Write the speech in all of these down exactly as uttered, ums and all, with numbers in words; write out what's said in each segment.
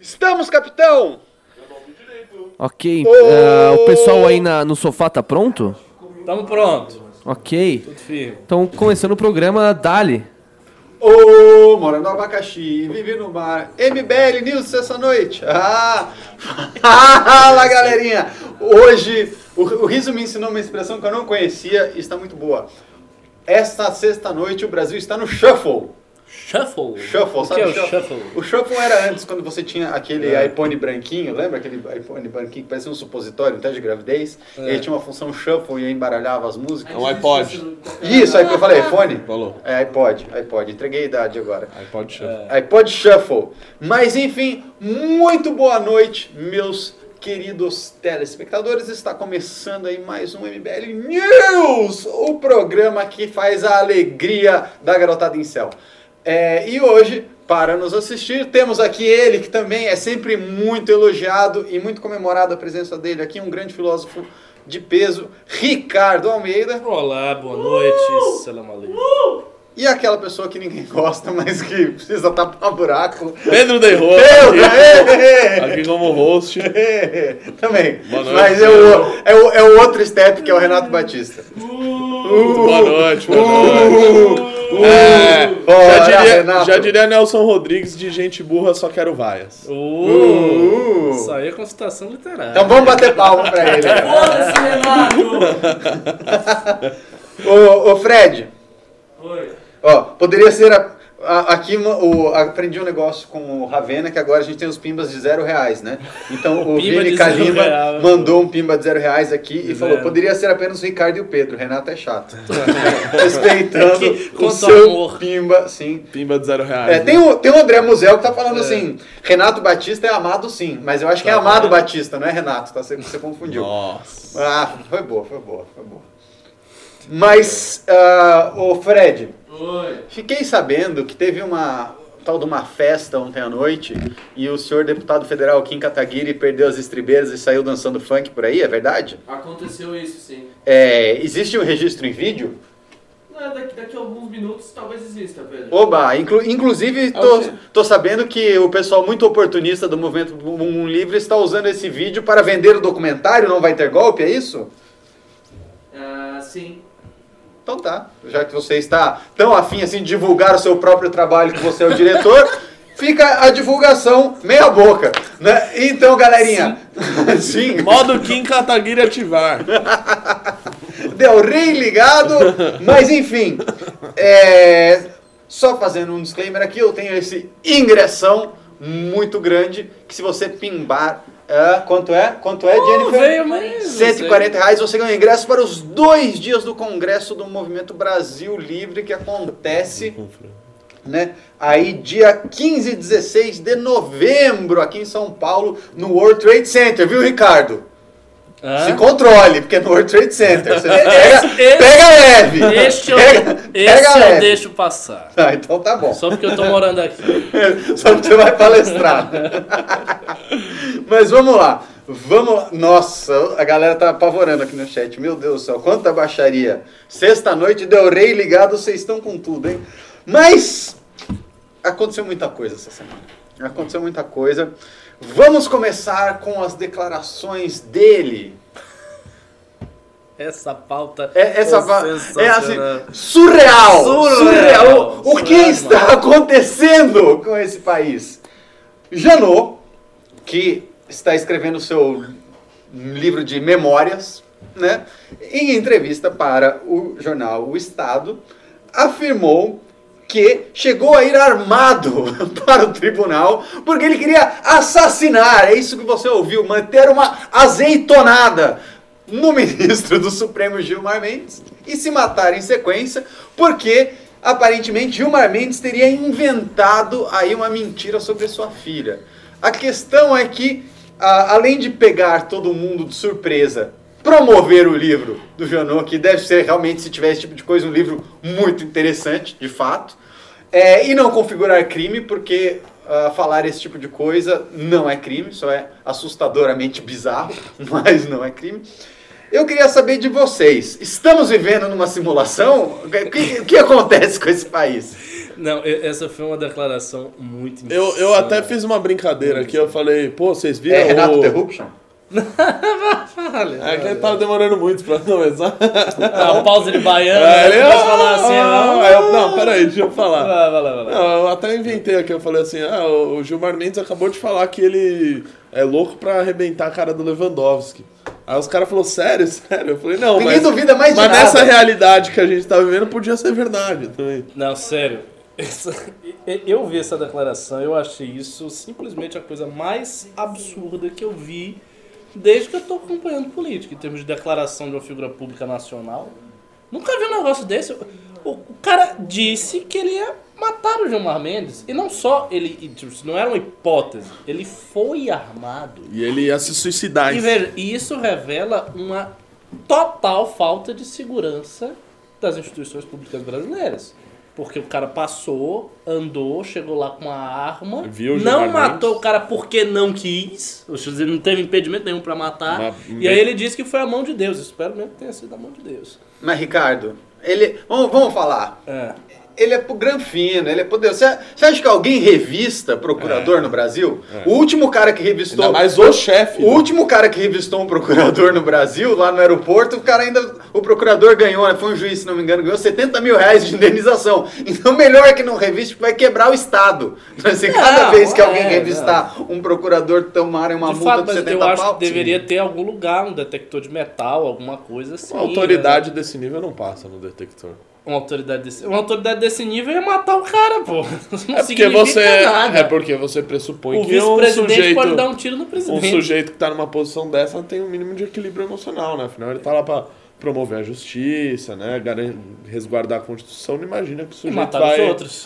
Estamos, capitão! Ok, uh, o pessoal aí na, no sofá tá pronto? Tamo pronto. Ok. Tudo firme. Então, começando o programa, Dali. Ô, mora no abacaxi, vive no mar. M B L News essa noite. Ah, fala, galerinha! Hoje, o, o Riso me ensinou uma expressão que eu não conhecia e está muito boa. Esta sexta-noite o Brasil está no shuffle. Shuffle? Shuffle, o sabe que é o o shuffle? shuffle? O shuffle era antes, quando você tinha aquele É. iPhone branquinho, lembra aquele iPhone branquinho que parecia um supositório, um teste de gravidez? É. E ele tinha uma função shuffle e embaralhava as músicas. É um iPod. Isso, aí que eu falei, iPhone? Falou. É, iPod, iPod, entreguei a idade agora. iPod Shuffle. iPod Shuffle. Mas enfim, muito boa noite, meus queridos telespectadores. Está começando aí mais um M B L News, o programa que faz a alegria da garotada em céu. É, e hoje, para nos assistir, temos aqui ele, que também é sempre muito elogiado e muito comemorado a presença dele aqui, um grande filósofo de peso, Ricardo Almeida. Olá, boa noite. Salam aleikum. E aquela pessoa que ninguém gosta, mas que precisa tapar buraco. Pedro Derro. Pedro, aqui, aqui como host. Também. Boa noite, Mas é o, é, o, é o outro step, que é o Renato Batista. Boa noite, boa noite. Uh, É, Bora, já, diria, Renato. já diria Nelson Rodrigues, de gente burra, só quero vaias. Uh, Uh. Isso aí é consultação literária. Então vamos bater palma pra ele. Foda-se, Renato! Ô, ô Fred, Oi. ó, poderia ser a, a, aqui o, aprendi um negócio com o Ravena, que agora a gente tem os pimbas de zero reais, né? Então o Pimba Vini de zero Kalima real. mandou um pimba de zero reais aqui e De falou, zero. poderia ser apenas o Ricardo e o Pedro, o Renato é chato. Respeitando É que, o quanto seu amor. pimba, sim. Pimba de zero reais. É, tem, o, tem o André Musel que tá falando assim, Renato Batista é amado sim, mas eu acho que é Tá amado vendo? Batista, não é Renato, tá? Você, você confundiu. Nossa. Ah, foi boa, foi boa, foi boa. Mas, uh, ô Fred, Oi. fiquei sabendo que teve uma tal de uma festa ontem à noite e o senhor deputado federal Kim Kataguiri perdeu as estribeiras e saiu dançando funk por aí, é verdade? Aconteceu isso, sim. É, existe um registro em vídeo? Não, daqui, daqui a alguns minutos talvez exista, Pedro. Oba, inclu, inclusive É tô, o quê? tô sabendo que o pessoal muito oportunista do movimento Bumbum Livre está usando esse vídeo para vender o documentário Não Vai Ter Golpe, é isso? Ah, sim. Então tá, já que você está tão afim assim de divulgar o seu próprio trabalho, que você é o diretor, fica a divulgação meia boca, né? Então, galerinha, sim, Modo Kim Kataguiri ativar. Del Rey ligado, mas enfim, é, só fazendo um disclaimer aqui, eu tenho esse ingressão muito grande, que se você pimbar, é, quanto é? Quanto é, Jennifer? Veio, mas... cento e quarenta reais, você ganha ingresso para os dois dias do Congresso do Movimento Brasil Livre, que acontece, né, aí dia quinze e dezesseis de novembro, aqui em São Paulo, no World Trade Center, viu, Ricardo? Hã? Se controle, porque é no World Trade Center. Você pega, Esse- pega leve. Este eu, pega, esse pega eu leve. deixo passar. Ah, então tá bom. Só porque eu tô morando aqui. Só porque você vai palestrar. Mas vamos lá. Vamos lá. Nossa, a galera tá apavorando aqui no chat. Meu Deus do céu, quanta baixaria. Sexta-noite, Del Rey ligado, vocês estão com tudo, hein? Mas aconteceu muita coisa essa semana. Aconteceu muita coisa. Vamos começar com as declarações dele. Essa pauta É, essa é pa- é assim, sensacional. surreal, Surreal. surreal. O que Surreal, está mano. acontecendo com esse país? Janot, que está escrevendo seu livro de memórias, né, em entrevista para o jornal O Estado, afirmou que chegou a ir armado para o tribunal porque ele queria assassinar, é isso que você ouviu, manter uma azeitonada no ministro do Supremo Gilmar Mendes e se matar em sequência, porque aparentemente Gilmar Mendes teria inventado aí uma mentira sobre sua filha. A questão é que, a, além de pegar todo mundo de surpresa, promover o livro do Janot, que deve ser realmente, se tiver esse tipo de coisa, um livro muito interessante, de fato, é, e não configurar crime, porque uh, falar esse tipo de coisa não é crime, só é assustadoramente bizarro, mas não é crime. Eu queria saber de vocês, estamos vivendo numa simulação? O que, o que acontece com esse país? Não, e- essa foi uma declaração muito Eu, eu insana. até fiz uma brincadeira aqui, eu falei, pô, vocês viram É Renato o... Interruption? É que ele tava demorando muito pra começar. Ah, o pausa de baiano, É, aí ele- tu pode falar assim, ah, ó. aí eu- Não, peraí, deixa eu falar. Vai lá, vai lá, vai lá. Não, eu até inventei aqui, eu falei assim, ah, o Gilmar Mendes acabou de falar que ele é louco pra arrebentar a cara do Lewandowski. Aí os caras falaram, sério, sério? Eu falei, não, Ninguém mas, duvida mais de mas nada. nessa realidade que a gente tá vivendo podia ser verdade também. Não, sério. Essa- eu vi essa declaração, eu achei isso simplesmente a coisa mais absurda que eu vi desde que eu tô acompanhando política, em termos de declaração de uma figura pública nacional. Nunca vi um negócio desse. O, o cara disse que ele ia matar o Gilmar Mendes. E não só ele, e, tipo, isso não era uma hipótese, ele foi armado. E ele ia se suicidar. E veja, isso revela uma total falta de segurança das instituições públicas brasileiras. Porque o cara passou, andou, chegou lá com uma arma, Viu o não Gilmar matou Mendes. o cara porque não quis, ou seja, ele não teve impedimento nenhum pra matar, Mas- e aí ele disse que foi a mão de Deus. Espero mesmo que tenha sido a mão de Deus. Mas, Ricardo, ele... Vamos, vamos falar. É. Ele é pro Granfino, ele é poderoso. Você, você acha que alguém revista procurador É. no Brasil? É. O último cara que revistou... Ainda mais o chefe. O último cara que revistou um procurador no Brasil, lá no aeroporto, o cara ainda... O procurador ganhou, né? Foi um juiz, se não me engano, ganhou setenta mil reais de indenização. Então, melhor é que não reviste, porque vai quebrar o Estado. Se cada Não, vez que é, alguém revistar um procurador, tomarem uma De multa fato, de mas setenta eu acho pau... que deveria ter algum lugar, um detector de metal, alguma coisa assim. Uma autoridade né? desse nível não passa no detector. Uma autoridade desse, uma autoridade desse nível ia matar o cara, pô. Não É porque significa você, nada. é porque você pressupõe O que um vice-presidente sujeito, pode dar um tiro no um presidente. sujeito que tá numa posição dessa tem um mínimo de equilíbrio emocional, né? Afinal, ele tá lá pra promover a justiça, né? Garan- resguardar a Constituição. Não imagina que o E sujeito matar vai, os outros.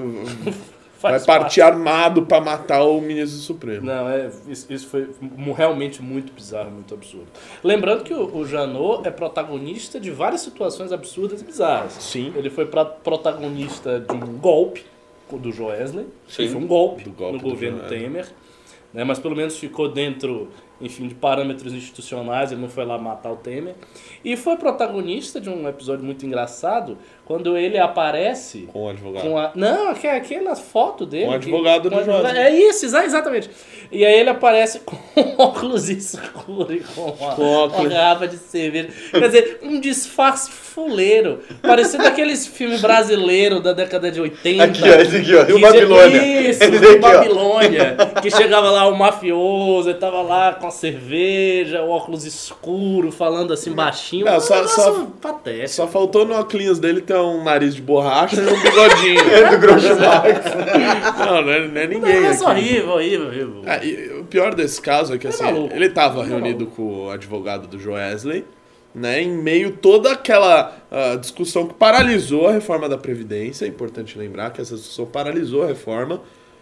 vai Faz partir parte. armado pra matar o ministro supremo. Não, é, isso, isso foi mu- realmente muito bizarro, muito absurdo. Lembrando que o, o Janot é protagonista de várias situações absurdas e bizarras. Sim. Ele foi pra, protagonista de um golpe do Joesley, Sim. que foi um golpe, Do golpe no do governo Joesley. Temer, né, mas pelo menos ficou dentro, enfim, de parâmetros institucionais, ele não foi lá matar o Temer. E foi protagonista de um episódio muito engraçado, quando ele aparece... Com o advogado. Com a, não, aquela, aquela foto dele. Com o que- advogado com do o advogado- Joesley. É isso, exa- exatamente. E aí ele aparece com óculos escuros e com uma, Com óculos. uma garrafa de cerveja. Quer dizer, um disfarce fuleiro. Parecendo aqueles filmes brasileiros da década de oitenta. Aqui, ó, esse aqui, ó, Rio Que- Babilônia. Isso, Esse Rio daqui, ó. Babilônia. Que chegava lá o mafioso, ele tava lá com a cerveja, o óculos escuro, falando assim baixinho. Não, um só- negócio só- patético. Só faltou no óculos dele ter um nariz de borracha e um bigodinho. É do Groucho Marx. Não, não é, não é Um ninguém negócio aqui. horrível, horrível, horrível. Ah, e o pior desse caso é que assim, maluco. ele estava É reunido com o advogado do Joesley, né, em meio toda aquela ah, discussão que paralisou a reforma da Previdência. É importante lembrar que essa discussão paralisou a reforma,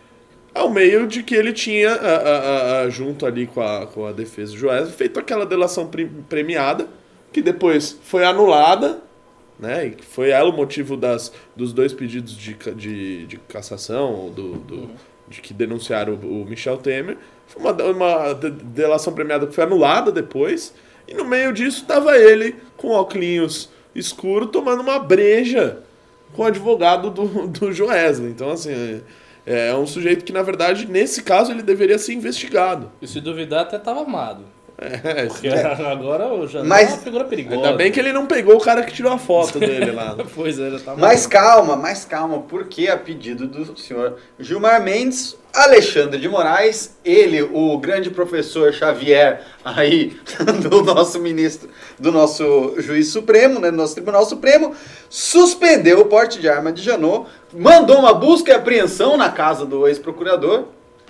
ao meio de que ele tinha, ah, ah, ah, ah, junto ali com a, com a defesa do Joesley, feito aquela delação pre- premiada, que depois foi anulada, né, e que foi ela o motivo das, dos dois pedidos de, ca- de, de cassação, do, do, de que denunciaram o, o Michel Temer. Foi uma, uma de- delação premiada que foi anulada depois, e no meio disso estava ele com óculos escuro tomando uma breja com o advogado do, do Joesley. Então, assim, é, é um sujeito que, na verdade, nesse caso, ele deveria ser investigado. E se duvidar, até tava armado. É, Porque agora o Janot Mas- é uma figura perigosa. ainda bem que ele não pegou o cara que tirou a foto dele lá. Pois é, já tá Mais calma, mais calma, porque a pedido do senhor Gilmar Mendes, Alexandre de Moraes, ele, o grande professor Xavier aí do nosso ministro, do nosso juiz supremo, né, do nosso Tribunal Supremo, suspendeu o porte de arma de Janot, mandou uma busca e apreensão na casa do ex-procurador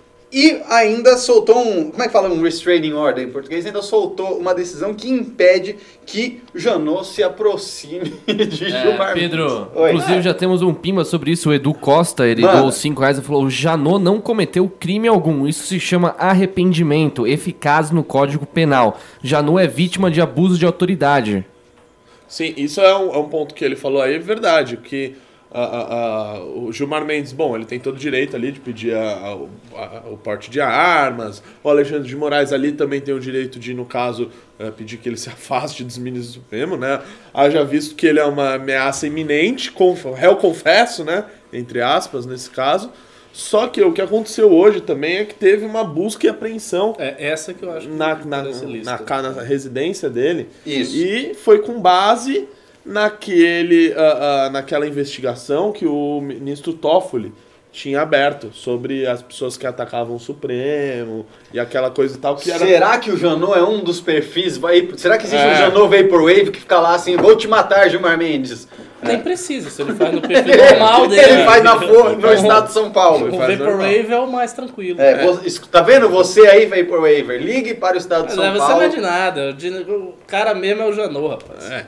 e ainda soltou um, como é que fala, um restraining order em português, ainda soltou uma decisão que impede que Janot se aproxime de Gilmar É, Pedro, Mendes. Oi. inclusive já temos um pimba sobre isso. O Edu Costa, ele Manda. doou cinco reais e falou: o Janot não cometeu crime algum. Isso se chama arrependimento, eficaz no Código Penal. Janot é vítima de abuso de autoridade. Sim, isso é um, é um ponto que ele falou aí, é verdade, que a- a- a- o Gilmar Mendes, bom, ele tem todo o direito ali de pedir a- a- o- a- o porte de armas, o Alexandre de Moraes ali também tem o direito de, no caso, eh, pedir que ele se afaste dos ministros do Supremo, né? Haja visto que ele é uma ameaça iminente, conf, réu confesso, né? entre aspas, nesse caso. Só que o que aconteceu hoje também é que teve uma busca e apreensão É essa que eu acho que na, na, lista. na, na, na residência dele. Isso. E foi com base naquele, uh, uh, naquela investigação que o ministro Toffoli tinha aberto sobre as pessoas que atacavam o Supremo e aquela coisa e tal. Que era... Será que o Janot é um dos perfis? Vai... Será que existe É. um Janot Vaporwave que fica lá assim, vou te matar, Gilmar Mendes? Nem precisa, se ele faz no perfil normal dele. Ele faz na for... no Então, estado de São Paulo. O faz Vaporwave é o mais tranquilo. É, vo- Tá vendo você aí, Vaporwaver? Ligue para o estado de Não, São você Paulo. não é de nada. O de- O cara mesmo é o Janot, rapaz. É.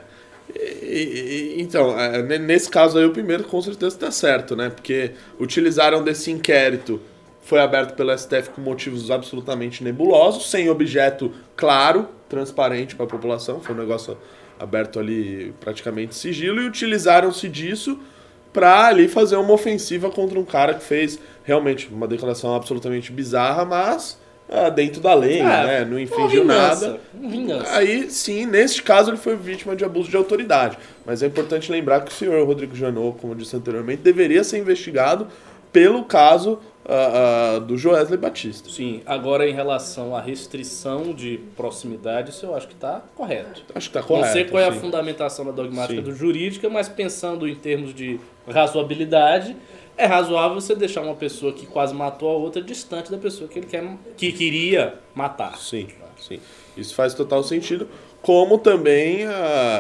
E- e- então, é, ne- nesse caso aí, o primeiro com certeza está certo, né? Porque utilizaram desse inquérito, foi aberto pelo S T F com motivos absolutamente nebulosos, sem objeto claro, transparente para a população, foi um negócio aberto ali praticamente sigilo, e utilizaram-se disso para ali fazer uma ofensiva contra um cara que fez realmente uma declaração absolutamente bizarra, mas ah, dentro da lei, Ah, né? Não uma infringiu vingança, nada. uma vingança. Aí, sim, neste caso ele foi vítima de abuso de autoridade. Mas é importante lembrar que o senhor Rodrigo Janot, como eu disse anteriormente, deveria ser investigado pelo caso ah, ah, do Joesley Batista. Sim, agora em relação à restrição de proximidade, isso eu acho que está correto. Acho que está Não correto. sei qual é a sim. fundamentação da dogmática Sim. do jurídica, mas pensando em termos de razoabilidade, é razoável você deixar uma pessoa que quase matou a outra distante da pessoa que ele quer, que queria matar. Sim, sim. Isso faz total sentido. Como também a,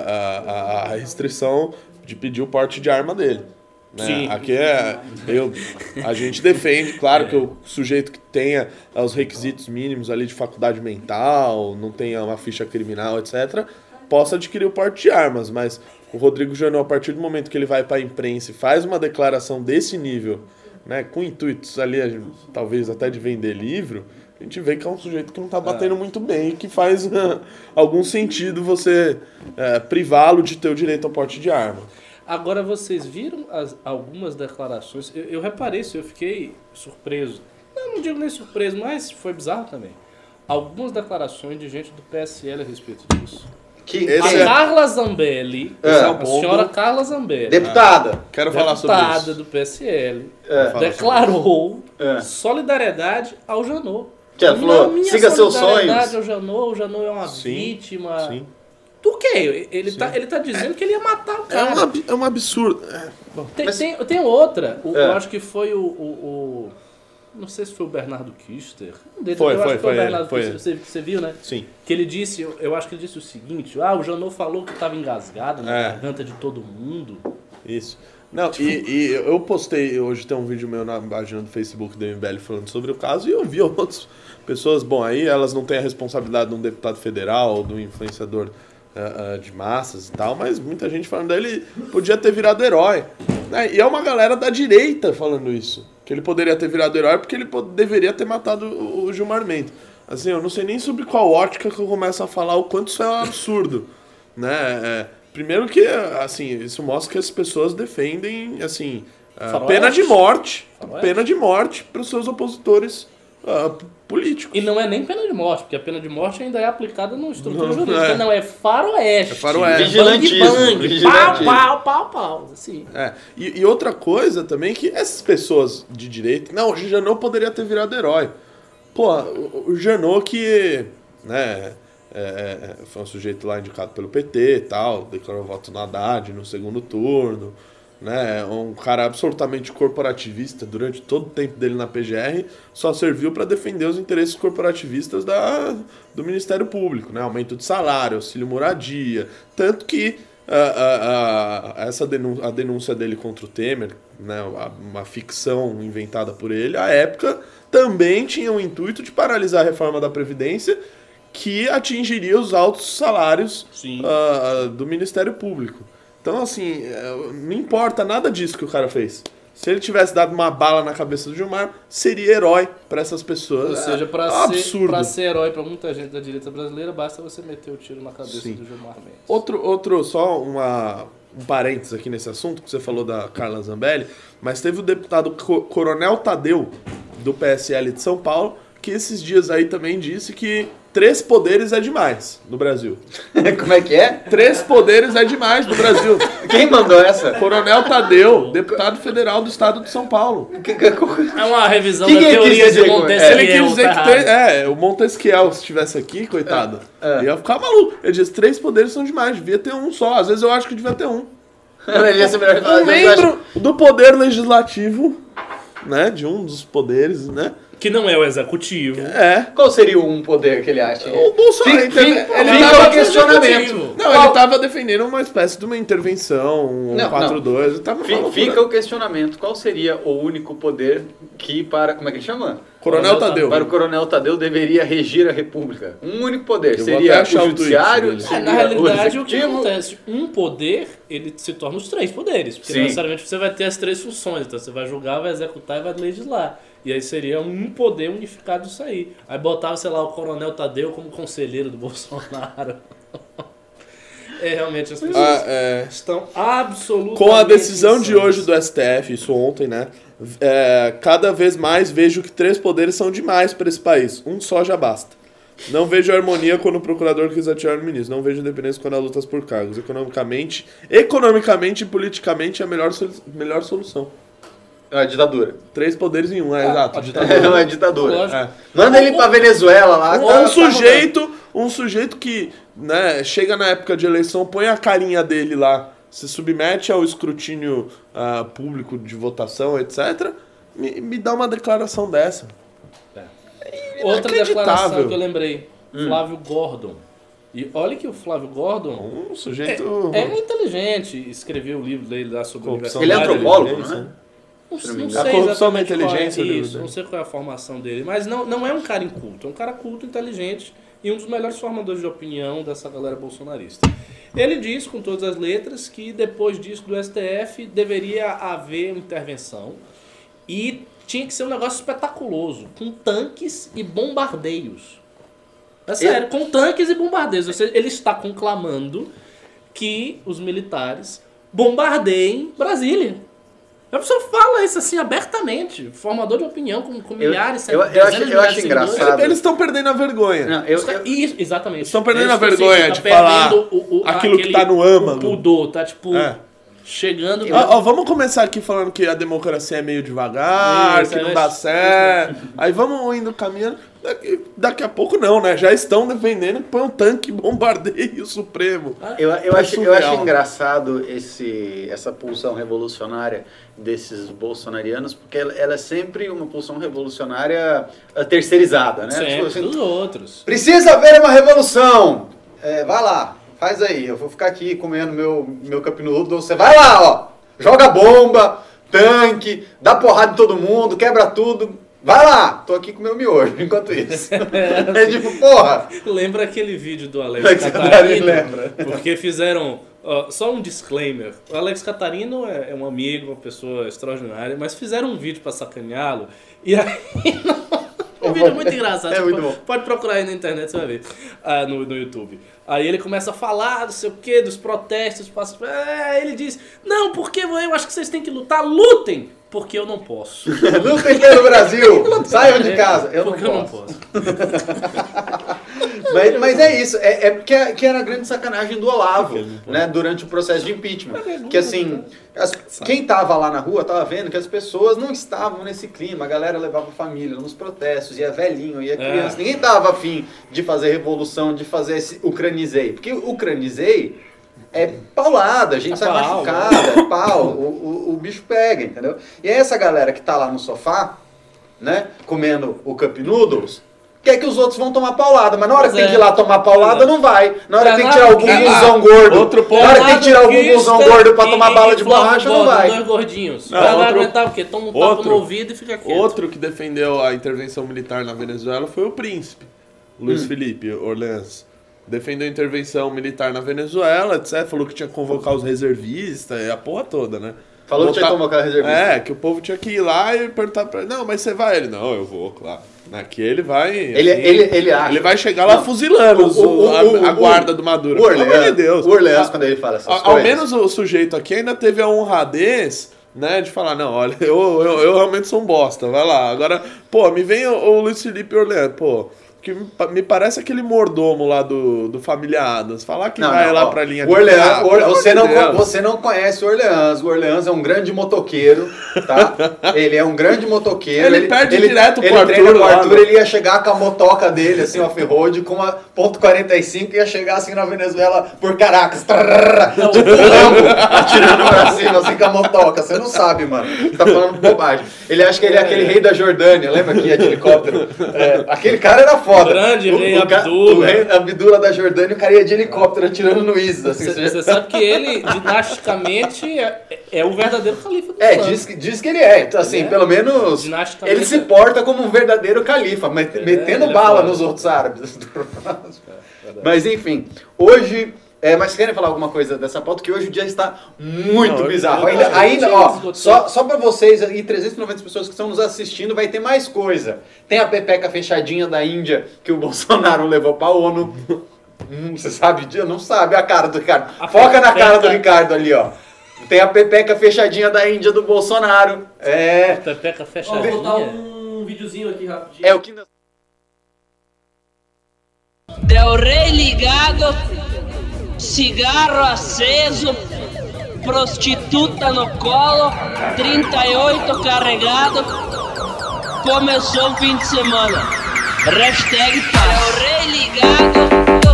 a, a restrição de pedir o porte de arma dele. Né? Sim. Aqui é. Eu, a gente defende, claro, que o sujeito que tenha os requisitos mínimos ali de faculdade mental, não tenha uma ficha criminal, etcétera, possa adquirir o porte de armas. Mas o Rodrigo Janot, a partir do momento que ele vai para a imprensa e faz uma declaração desse nível, né, com intuitos ali, talvez até de vender livro, a gente vê que é um sujeito que não está batendo muito bem e que faz uh, algum sentido você uh, privá-lo de ter o direito ao porte de arma. Agora, vocês viram as, algumas declarações? Eu, eu reparei isso, eu fiquei surpreso. Não, não digo nem surpreso, mas foi bizarro também. Algumas declarações de gente do P S L a respeito disso. Que, Esse A que- é- Carla Zambelli, Esse é a o ponto. senhora Carla Zambelli, Deputada. Quero falar sobre deputada isso. do P S L, É. Fala declarou É. solidariedade ao Janot. Que ela falou, Minha siga seus solidariedade sonhos. ao Janot, o Janot é uma Sim, vítima. Sim. Do quê? Ele tá, ele tá dizendo que ele ia matar o É, cara. um ab- é um absurdo. É, bom, Tem, Mas- tem, tem outra, o- É. eu acho que foi o, o, o- não sei se foi o Bernardo Kister. Um deles, Foi, eu foi, acho que foi o foi Bernardo ele, foi Kister. Você, você viu, né? sim. Que ele disse, eu, eu acho que ele disse o seguinte, ah, o Janot falou que estava engasgado na É. garganta de todo mundo. Isso. Não, e, e eu postei, hoje tem um vídeo meu na página do Facebook da M B L falando sobre o caso, e eu vi outras pessoas, bom, aí elas não têm a responsabilidade de um deputado federal ou de um influenciador uh, uh, de massas e tal, mas muita gente falando dele podia ter virado herói. Né? E é uma galera da direita falando isso, que ele poderia ter virado herói porque ele po- deveria ter matado o, o Gilmar Mendes. Assim, eu não sei nem sobre qual ótica que eu começo a falar o quanto isso é um absurdo, né? É, primeiro que, assim, isso mostra que as pessoas defendem, assim, a Faroeste. pena de morte, Faroeste. pena de morte para os seus opositores ah, políticos. E não é nem pena de morte, porque a pena de morte ainda é aplicada numa estrutura Não, jurídica. é. Não, é faroeste. É faroeste. Vigilantismo, Bang, bang, pau, vigilantismo. pau, pau, pau. Assim. É, e, e outra coisa também que essas pessoas de direita... Não, o Janot poderia ter virado herói. Pô, o, o Janot que, né, é, é, foi um sujeito lá indicado pelo P T e tal, declarou voto no Haddad no segundo turno, né, um cara absolutamente corporativista durante todo o tempo dele na P G R, só serviu para defender os interesses corporativistas da, do Ministério Público, né, aumento de salário, auxílio moradia, tanto que a, a, a, essa denúncia, a denúncia dele contra o Temer, né, uma ficção inventada por ele, à época também tinha o intuito de paralisar a reforma da Previdência, que atingiria os altos salários Sim. uh, do Ministério Público. Então, assim, uh, não importa nada disso que o cara fez. Se ele tivesse dado uma bala na cabeça do Gilmar, seria herói para essas pessoas. Ou seja, É para um ser, absurdo. pra ser herói para muita gente da direita brasileira, basta você meter o tiro na cabeça Sim. do Gilmar Mendes. Outro, outro só uma, um parênteses aqui nesse assunto, que você falou da Carla Zambelli, mas teve o deputado Co- Coronel Tadeu, do P S L de São Paulo, que esses dias aí também disse que três poderes é demais no Brasil. Como é que é? Três poderes é demais no Brasil. Quem mandou essa? Coronel Tadeu, deputado federal do estado de São Paulo. É uma revisão Que da que ele teoria quis de dizer com- Montesquieu. Ele quis dizer tá que errado. três, é, o Montesquieu, se estivesse aqui, coitado, É, é. ia ficar maluco. Ele disse, três poderes são demais, devia ter um só. Às vezes eu acho que devia ter um. Ele ia ser melhor Um membro do poder legislativo, né, de um dos poderes, né, Que não é o executivo. é... Qual seria um poder que ele acha? O Bolsonaro, Fica- entende? fica- ele fica tava o questionamento. executivo. Não, ele tava defendendo uma espécie de uma intervenção, um Não, quatro dois, ele tava Fi- falando... Fica o questionamento. Qual seria o único poder que para... Como é que ele chama? Coronel Tadeu. Para o Coronel Tadeu deveria regir a República. Um único poder. Eu vou seria até o achar o tweet judiciário, dele. É, seria na o realidade, o que executivo. acontece? Um poder, ele se torna os três poderes. Porque Sim. necessariamente você vai ter as três funções. Então você vai julgar, vai executar e vai legislar. E aí seria um poder unificado isso aí. Aí botava, sei lá, o Coronel Tadeu como conselheiro do Bolsonaro. É, realmente, as pessoas Ah, é... estão absolutamente... Com a decisão de insanas. hoje do S T F, isso ontem, né? é, cada vez mais vejo que três poderes são demais para esse país. Um só já basta. Não vejo harmonia quando o procurador quis atirar no ministro. Não vejo independência quando há lutas por cargos. Economicamente, economicamente e politicamente é a melhor, solu- melhor solução. É uma ditadura. Três poderes em um, é, exato. a É uma ditadura. Lógico. É. Manda ele pra Venezuela lá. Ou tá- um tá sujeito, um sujeito que, né, chega na época de eleição, põe a carinha dele lá, se submete ao escrutínio ah, público de votação, etcétera, me, me dá uma declaração dessa. Outra Inacreditável. declaração que eu lembrei. Hum. Flávio Gordon. E olha que o Flávio Gordon Um sujeito... é, é inteligente. Escreveu o livro dele lá sobre Corrupção Ele é da antropólogo, inteligência, não é? Não, Se não não me sei engano. A corrupção da exatamente qual inteligência é, dele, isso, né? não sei qual é a formação dele, mas não, não é um cara inculto, é um cara culto, inteligente e um dos melhores formadores de opinião dessa galera bolsonarista. Ele diz com todas as letras que depois disso do S T F deveria haver intervenção e tinha que ser um negócio espetaculoso, com tanques e bombardeios. É sério, com tanques e bombardeios. Ou seja, ele está conclamando que os militares bombardeiem Brasília. A pessoa fala isso assim abertamente, formador de opinião com, com Eu- milhares, eu- eu dezenas acho- de eu milhares acho de seguidores. engraçado. Eles estão perdendo a vergonha. Não, eu, Os caras- eu- Isso, exatamente. Estão perdendo Eles a estão, assim, vergonha tá de falar perdendo o- o- aquilo que aquele- tá no âmago. O pudor, tá tipo É. chegando... Ó, ó, vamos começar aqui falando que a democracia é meio devagar, Isso, que não é, dá isso, certo. Aí vamos indo caminhando. Daqui, daqui a pouco não, né? Já estão defendendo que põe um tanque e bombardeia o Supremo. Eu, eu, É acho, eu acho surreal. engraçado esse, essa pulsão revolucionária desses bolsonarianos, porque ela, ela é sempre uma pulsão revolucionária eh, terceirizada, né? Sempre, Tipo assim, dos outros. precisa haver uma revolução! É, vai lá, faz aí, eu vou ficar aqui comendo meu, meu capinudo, você vai lá, ó, joga bomba, tanque, dá porrada em todo mundo, quebra tudo, vai lá, tô aqui com meu miojo enquanto isso. É tipo, porra! Lembra aquele vídeo do Alex Alex Catarino? Catarino, lembra. Porque fizeram... ó, só um disclaimer. O Alex Catarino é, é um amigo, uma pessoa extraordinária, mas fizeram um vídeo pra sacaneá-lo e aí... O vídeo é muito engraçado. É você muito pode, bom. pode procurar aí na internet, você vai ver. Ah, no, no YouTube. Aí ele começa a falar, não sei o que, dos protestos. Passa, é, ele diz, não, porque eu acho que vocês têm que lutar. Lutem! Porque eu não posso. Lutem pelo Brasil! Saiam de casa! Eu não porque posso. eu não posso. Mas, mas é isso, é, é porque é- que era a grande sacanagem do Olavo, né, durante o processo de impeachment. Que assim, as- quem tava lá na rua tava vendo que as pessoas não estavam nesse clima, a galera levava a família nos protestos, ia velhinho, ia criança, ninguém tava afim de fazer revolução, de fazer esse ucranizei. Porque o ucranizei é paulada, a gente É sai pau, machucada, é pau, o, o, o bicho pega, entendeu? E é essa galera que tá lá no sofá, né, comendo o Cup Noodles, quer que os outros vão tomar paulada, mas na hora que Pois tem é. que ir lá tomar paulada, Pois é. não vai. Na hora que tem que tirar o Danado bumbuzão gordo, Outro ponto. na hora que tem que tirar o Danado bumbuzão Kista gordo pra e- tomar e bala de Flávio borracha, não Gordon, vai. Dois gordinhos. Não, vai lá outro- aguentar o quê? Toma um tapa outro- no ouvido e fica quieto. Outro que defendeu a intervenção militar na Venezuela foi o príncipe, Luiz Hum. Felipe Orleans. Defendeu a intervenção militar na Venezuela, etcétera. Falou que tinha que convocar os reservistas e a porra toda, né? Falou que tinha que Botar- convocar reservista. É, que o povo tinha que ir lá e perguntar pra ele, não, mas você vai? Ele, não, eu vou, claro. Aqui ele vai... Ele, assim, ele, ele acha. ele vai chegar lá Não. fuzilando os- O- o- a, o- a o- guarda do Maduro. O Pelo amor de Orleans, Deus. o Orleans, quando ele fala essas Ao, ao coisas... menos o sujeito aqui ainda teve a honradez, né, de falar, não, olha, eu, eu, eu realmente sou um bosta, vai lá. Agora, pô, me vem o, o Luiz Felipe Orleans, pô, que me, me parece aquele mordomo lá do, do Família Adams. Falar que Não, vai não, lá ó, pra linha o Orleans, terra, Or- pelo você, amor não, de co- Deus. você não conhece o Orleans. O Orleans é um grande motoqueiro, tá? Ele é um grande motoqueiro. Ele perde direto pro ele Arthur treina com o lá, Arthur, né? ele ia chegar com a motoca dele, assim, off-road, com uma ponto quarenta e cinco, ia chegar assim na Venezuela por Caracas. Trrr, tipo Rambo, atirando pra cima, assim, com a motoca. Você não sabe, mano. Você tá falando bobagem. Ele acha que ele é aquele rei da Jordânia, lembra que ia de helicóptero? É, aquele cara era foda. Grande O- rei o ca- Abdullah. O rei Abdullah da Jordânia, o cara ia de helicóptero atirando no ISIS. Assim, você- Você sabe que ele, dinasticamente, é, é o verdadeiro califa do É, Islã. diz que, diz que ele é. Então, assim, Ele é? pelo menos Dinasticamente ele se é. porta como um verdadeiro califa, met- Ele é- metendo ele é bala foda. nos outros árabes. Mas enfim, hoje. É, mas querem falar alguma coisa dessa pauta? Que hoje o dia está muito Não, bizarro. eu- Ainda, eu- ainda eu- ó, esgotou. só, só pra vocês e trezentas e noventa pessoas que estão nos assistindo, vai ter mais coisa. Tem a pepeca fechadinha da Índia que o Bolsonaro levou pra ONU. Hum, você sabe disso? Não sabe a cara do Ricardo. A Foca na cara do pepeca- Ricardo ali, ó. Tem a pepeca fechadinha da Índia do Bolsonaro. É. Pepeca Ó, fechadinha. vou botar um videozinho aqui rapidinho. É o que. Del Rey ligado, cigarro aceso, prostituta no colo, trinta e oito carregado. Começou o fim de semana. Hashtag paz. Del Rey ligado,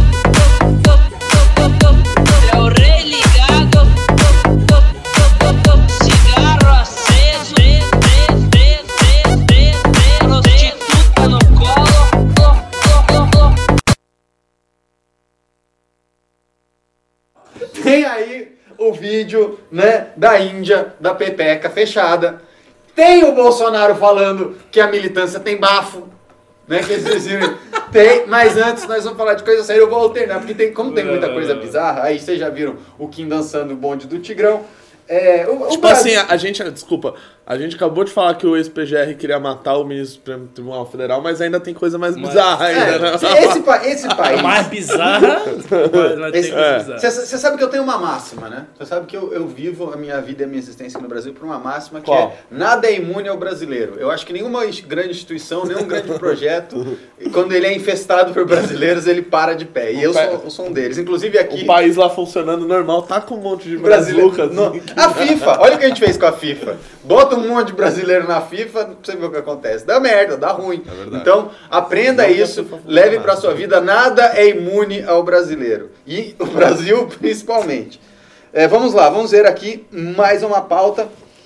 Del Rey ligado, cigarro aceso, prostituta no colo. Tem aí o vídeo, né, da Índia, da pepeca fechada. Tem o Bolsonaro falando que a militância tem bafo, né, que eles diziam. Tem, mas antes nós vamos falar de coisa séria, eu vou alternar, porque tem, como tem muita coisa bizarra, aí vocês já viram o Kim dançando o bonde do Tigrão. É, o, o Tipo Brasil- assim, a, a gente, desculpa, a gente acabou de falar que o ex-P G R queria matar o ministro do Supremo Tribunal Federal, mas ainda tem coisa mais Mas- bizarra ainda, né? É, esse, pa- esse país... A mais bizarra, mas, mas tem Esse- coisa é. bizarra. Você sabe que eu tenho uma máxima, né? Você sabe que eu, eu vivo a minha vida e a minha existência aqui no Brasil por uma máxima que Qual? é nada é imune ao brasileiro. Eu acho que nenhuma ins- grande instituição, nenhum grande projeto, quando ele é infestado por brasileiros, ele para de pé. E eu sou, eu sou um deles. Inclusive aqui... O país lá funcionando normal, tá com um monte de Brasileiro. brazucas. No- a FIFA, olha o que a gente fez com a FIFA. Bota um monte de brasileiro na FIFA, pra você ver o que acontece. Dá merda, dá ruim. É verdade. Então, aprenda Não que a isso, FIFA leve funcione. pra sua vida. Nada é imune ao brasileiro. E o Brasil, principalmente. É, vamos lá, vamos ver aqui mais uma pauta.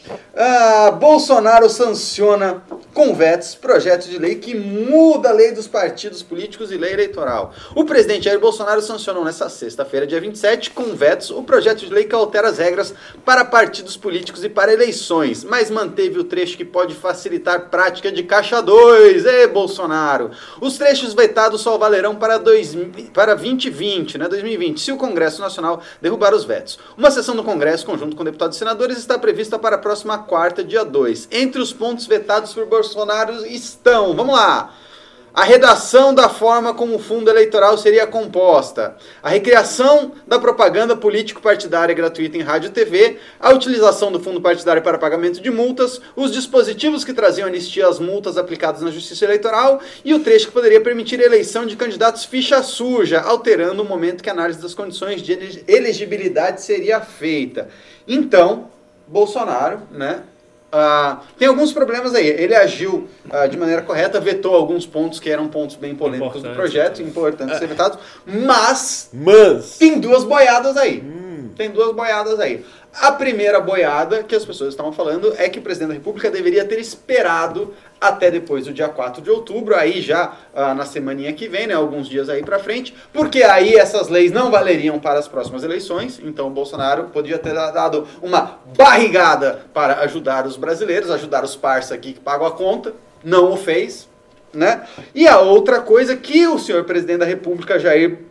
Ah, Bolsonaro sanciona com vetos projeto de lei que muda a lei dos partidos políticos e lei eleitoral. O presidente Jair Bolsonaro sancionou nesta sexta-feira, dia vinte e sete, com vetos, o projeto de lei que altera as regras para partidos políticos e para eleições, mas manteve o trecho que pode facilitar a prática de caixa dois. Ê, Bolsonaro! Os trechos vetados só valerão para, dois, para vinte e vinte, né, dois mil e vinte, se o Congresso Nacional derrubar os vetos. Uma sessão do Congresso, conjunto com deputados e senadores, está prevista para a próxima quarta, dia dois. Entre os pontos vetados por Bolsonaro estão, vamos lá, a redação da forma como o fundo eleitoral seria composta, a recriação da propaganda político-partidária gratuita em rádio e T V, a utilização do fundo partidário para pagamento de multas, os dispositivos que traziam anistia às multas aplicadas na Justiça Eleitoral e o trecho que poderia permitir a eleição de candidatos ficha suja, alterando o momento que a análise das condições de ele- elegibilidade seria feita. Então, Bolsonaro, né? Ah, tem alguns problemas aí. Ele agiu ah, de maneira correta, vetou alguns pontos que eram pontos bem polêmicos do Importante, projeto, importantes ser vetados, mas Mas... tem duas boiadas aí. Tem duas boiadas aí. A primeira boiada que as pessoas estavam falando é que o presidente da República deveria ter esperado até depois do dia quatro de outubro, aí já ah, na semaninha que vem, né, alguns dias aí pra frente, porque aí essas leis não valeriam para as próximas eleições, então o Bolsonaro podia ter dado uma barrigada para ajudar os brasileiros, ajudar os parça aqui que pagam a conta, não o fez, né? E a outra coisa que o senhor presidente da República, Jair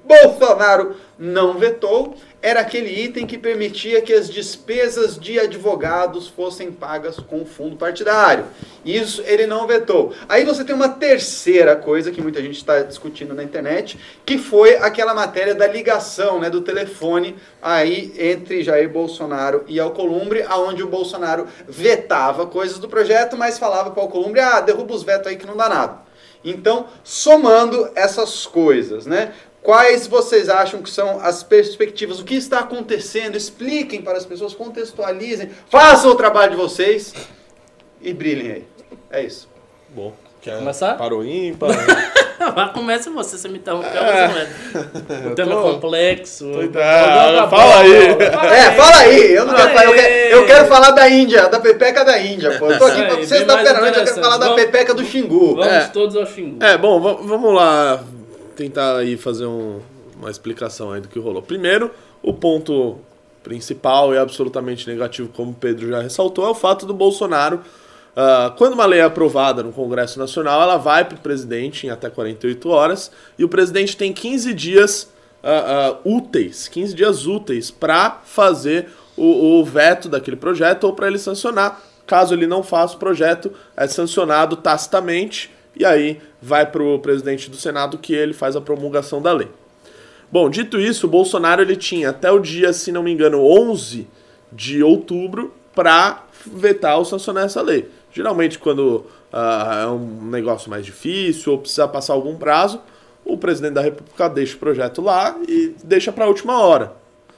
Bolsonaro não vetou, era aquele item que permitia que as despesas de advogados fossem pagas com o fundo partidário. Isso ele não vetou. Aí você tem uma terceira coisa que muita gente está discutindo na internet, que foi aquela matéria da ligação, né, do telefone aí entre Jair Bolsonaro e Alcolumbre, aonde o Bolsonaro vetava coisas do projeto, mas falava para o Alcolumbre, ah, derruba os vetos aí que não dá nada. Então, somando essas coisas, né? Quais vocês acham que são as perspectivas? O que está acontecendo? Expliquem para as pessoas, contextualizem, façam o trabalho de vocês e brilhem aí. É isso. Bom, quer começar? Para o ímpar? Mas comece você, você me interrompeu. É. Um tema tô- complexo. tô- Ah, fala aí. É, fala aí. Eu, não quero, falar, eu, Aê. quero, eu quero falar da Índia, da pepeca da Índia, pô. Eu tô aqui Isso pra aí, sexta-feira bem à mais noite, eu quero falar da interessante. pepeca do Xingu. Vamos É. todos ao Xingu. É, bom, va- vamos lá tentar aí fazer um- uma explicação aí do que rolou. Primeiro, o ponto principal e absolutamente negativo, como o Pedro já ressaltou, é o fato do Bolsonaro, ah, quando uma lei é aprovada no Congresso Nacional, ela vai para o presidente em até quarenta e oito horas, e o presidente tem quinze dias ah, ah, úteis, quinze dias úteis para fazer o, o veto daquele projeto ou para ele sancionar. Caso ele não faça o projeto, é sancionado tacitamente, e aí vai para o presidente do Senado que ele faz a promulgação da lei. Bom, dito isso, o Bolsonaro ele tinha até o dia, se não me engano, onze de outubro para vetar ou sancionar essa lei. Geralmente, quando ah, é um negócio mais difícil ou precisa passar algum prazo, o presidente da República deixa o projeto lá e deixa para a última hora.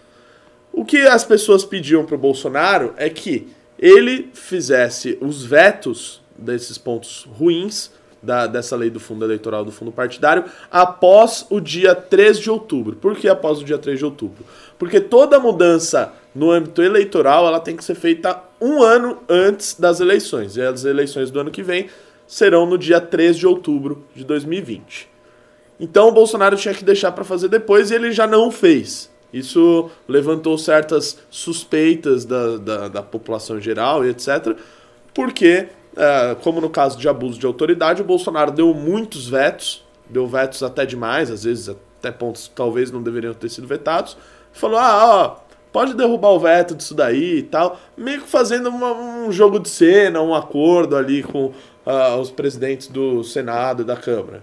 O que as pessoas pediam para o Bolsonaro é que ele fizesse os vetos desses pontos ruins da, dessa lei do fundo eleitoral, do fundo partidário, após o dia três de outubro. Por que após o dia três de outubro? Porque toda mudança no âmbito eleitoral ela tem que ser feita um ano antes das eleições. E as eleições do ano que vem serão no dia três de outubro de dois mil e vinte. Então o Bolsonaro tinha que deixar para fazer depois e ele já não fez. Isso levantou certas suspeitas da, da, da população em geral e etcétera. Porque, é, como no caso de abuso de autoridade, o Bolsonaro deu muitos vetos, deu vetos até demais, às vezes até pontos que talvez não deveriam ter sido vetados. Falou, ah, ó, pode derrubar o veto disso daí e tal, meio que fazendo uma, um jogo de cena, um acordo ali com uh, os presidentes do Senado e da Câmara.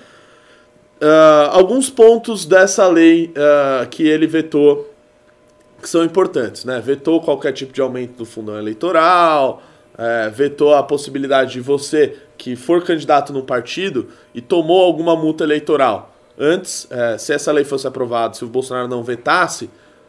Uh, alguns pontos dessa lei uh, que ele vetou que são importantes, né? Vetou qualquer tipo de aumento do fundão eleitoral, uh, vetou a possibilidade de você que for candidato num partido e tomou alguma multa eleitoral. Antes, uh, se essa lei fosse aprovada, se o Bolsonaro não vetasse,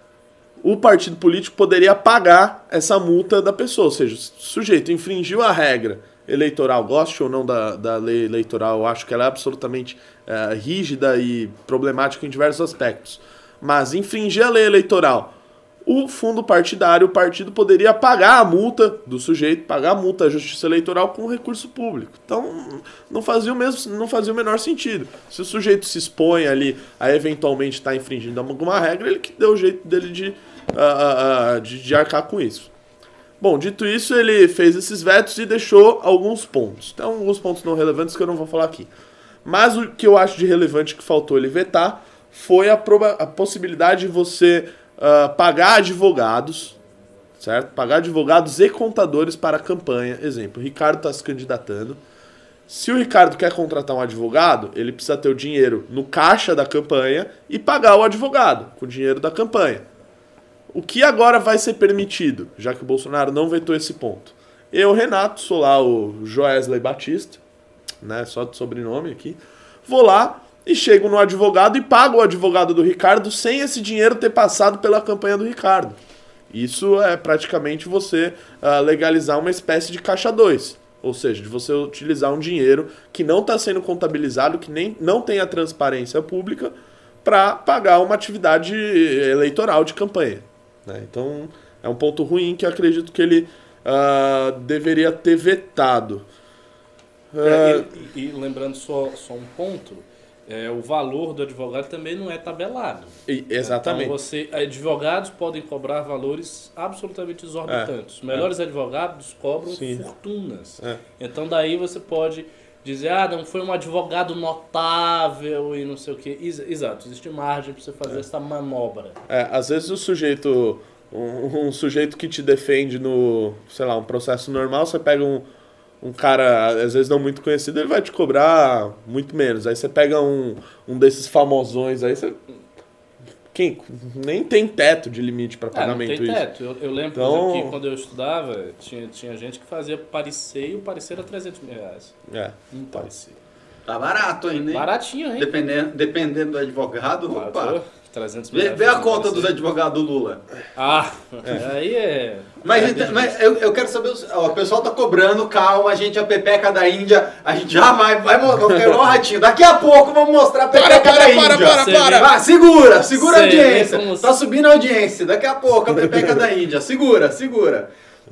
o partido político poderia pagar essa multa da pessoa, ou seja, o sujeito infringiu a regra eleitoral, goste ou não da, da lei eleitoral, eu acho que ela é absolutamente é, rígida e problemática em diversos aspectos, mas infringir a lei eleitoral, o fundo partidário, o partido poderia pagar a multa do sujeito, pagar a multa à justiça eleitoral com recurso público. Então, não fazia o, mesmo, não fazia o menor sentido. Se o sujeito se expõe ali a eventualmente estar infringindo alguma regra, ele que deu o jeito dele de, uh, uh, de, de arcar com isso. Bom, dito isso, ele fez esses vetos e deixou alguns pontos. Então, alguns pontos não relevantes que eu não vou falar aqui. Mas o que eu acho de relevante que faltou ele vetar foi a, proba- a possibilidade de você uh, pagar advogados, certo? Pagar advogados e contadores para a campanha. Exemplo, o Ricardo está se candidatando. Se o Ricardo quer contratar um advogado, ele precisa ter o dinheiro no caixa da campanha e pagar o advogado com o dinheiro da campanha. O que agora vai ser permitido, já que o Bolsonaro não vetou esse ponto? Eu, Renato, sou lá o Joesley Batista, né, só de sobrenome aqui, vou lá e chego no advogado e pago o advogado do Ricardo sem esse dinheiro ter passado pela campanha do Ricardo. Isso é praticamente você uh, legalizar uma espécie de caixa dois, ou seja, de você utilizar um dinheiro que não está sendo contabilizado, que nem, não tem a transparência pública, para pagar uma atividade eleitoral de campanha. Né? Então, é um ponto ruim que eu acredito que ele uh, deveria ter vetado. Uh, É, e, e lembrando só, só um ponto, é, o valor do advogado também não é tabelado. e, exatamente. Então, você, advogados podem cobrar valores absolutamente exorbitantes. Os melhores advogados cobram Sim. fortunas. É. Então, daí você pode dizer, ah, não foi um advogado notável e não sei o quê. Ex- Exato, existe margem para você fazer essa manobra. É, às vezes o sujeito, um, um sujeito que te defende no, sei lá, um processo normal, você pega um, um cara, às vezes não muito conhecido, ele vai te cobrar muito menos. Aí você pega um, um desses famosões, aí você... Quem? Nem tem teto de limite para Ah, não pagamento tem isso. teto. Eu, eu lembro, Então- por exemplo, que quando eu estudava, tinha, tinha gente que fazia parecer e o parecer era trezentos mil reais. É. Um parecer. Tá barato ainda, hein? Baratinho, hein? Dependendo, dependendo do advogado, Ah, opa. tô- trezentos mil Vê, reais vê a fazendo conta parecer. dos advogados do Lula. Ah, aí é... Mas, é, então- mas eu, eu quero saber, o- ó, o pessoal tá cobrando, calma, a gente, a pepeca da Índia, a gente já vai, vai mostrar, vai ficar igual o ratinho. Daqui a pouco vamos mostrar a pepeca Para, da para, Índia. para, para, Você para! vê- Ah, segura, segura a Sei, audiência. como- Tá subindo a audiência. Daqui a pouco a pepeca da Índia. Segura, segura.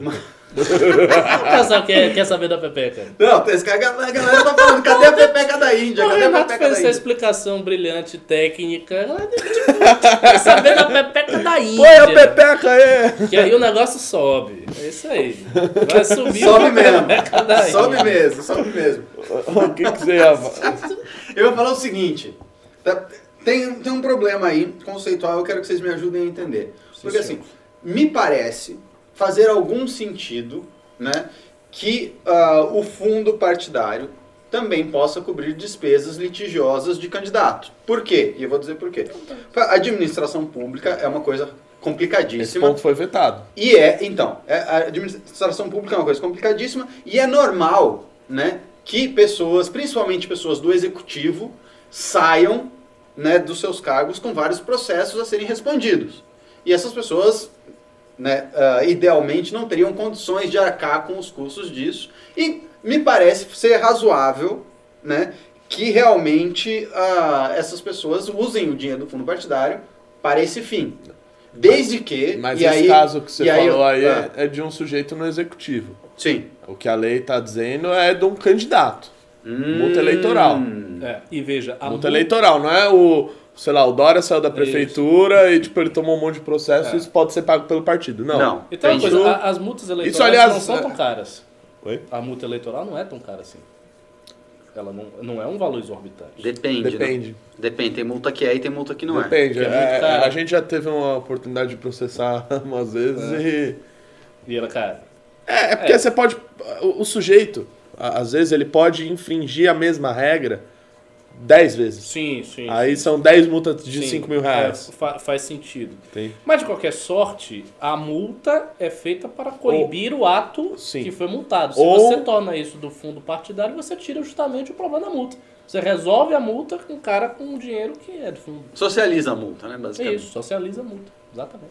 O pessoal quer, quer saber da pepeca. Não, esse cara, a galera tá falando, cadê a pepeca da Índia? O Cadê a Renato pepeca fez da essa Índia? explicação brilhante, técnica. Tipo, quer saber da pepeca da Índia. Põe a pepeca aí! Que aí o negócio sobe. É isso aí. Vai subir Sobe a mesmo. pepeca da Sobe Índia. mesmo, sobe mesmo. O que, que você ia falar? Eu vou falar o seguinte. tá- Tem, tem um problema aí, conceitual, eu quero que vocês me ajudem a entender. Porque assim, me parece fazer algum sentido, né, que ah, o fundo partidário também possa cobrir despesas litigiosas de candidato. Por quê? E eu vou dizer por quê. A administração pública é uma coisa Esse complicadíssima. ponto foi vetado. E é, então, é- a administração pública é uma coisa complicadíssima e é normal, né, que pessoas, principalmente pessoas do executivo, saiam, né, dos seus cargos com vários processos a serem respondidos. E essas pessoas, né, ah, idealmente não teriam condições de arcar com os custos disso. E me parece ser razoável, né, que realmente ah, essas pessoas usem o dinheiro do fundo partidário para esse fim. Desde que... Mas e esse aí, caso que você e aí falou eu- aí ah, é, é de um sujeito no executivo. Sim. O que a lei está dizendo é de um candidato. Hum. Multa eleitoral. É, e veja, a Multa eleitoral, não é o, sei lá, o Dória saiu da prefeitura e tipo, ele tomou um monte de processo e isso pode ser pago pelo partido. Não. Não. Então, uma Entendi. coisa, a- as multas eleitorais aliás, não são é- tão caras. Oi? A multa eleitoral não é tão cara assim. Ela não, não é um valor exorbitante. Depende. Depende. Né? Depende. Tem multa que é e tem multa que não é. Depende. Que é muito É, caro. a gente já teve uma oportunidade de processar umas vezes e. E ela, cara, É, é porque É. você pode. O, o sujeito, a- às vezes, ele pode infringir a mesma regra dez vezes. sim, sim. Aí sim. são dez multas de Sim, cinco mil reais. é, fa- faz sentido. Tem. Mas, de qualquer sorte, a multa é feita para coibir o ato Sim. que foi multado. Se Ou- você torna isso do fundo partidário, você tira justamente o problema da multa. Você resolve a multa com o cara com o dinheiro que é do fundo. Socializa a multa, né, É basicamente. isso, socializa a multa. Exatamente.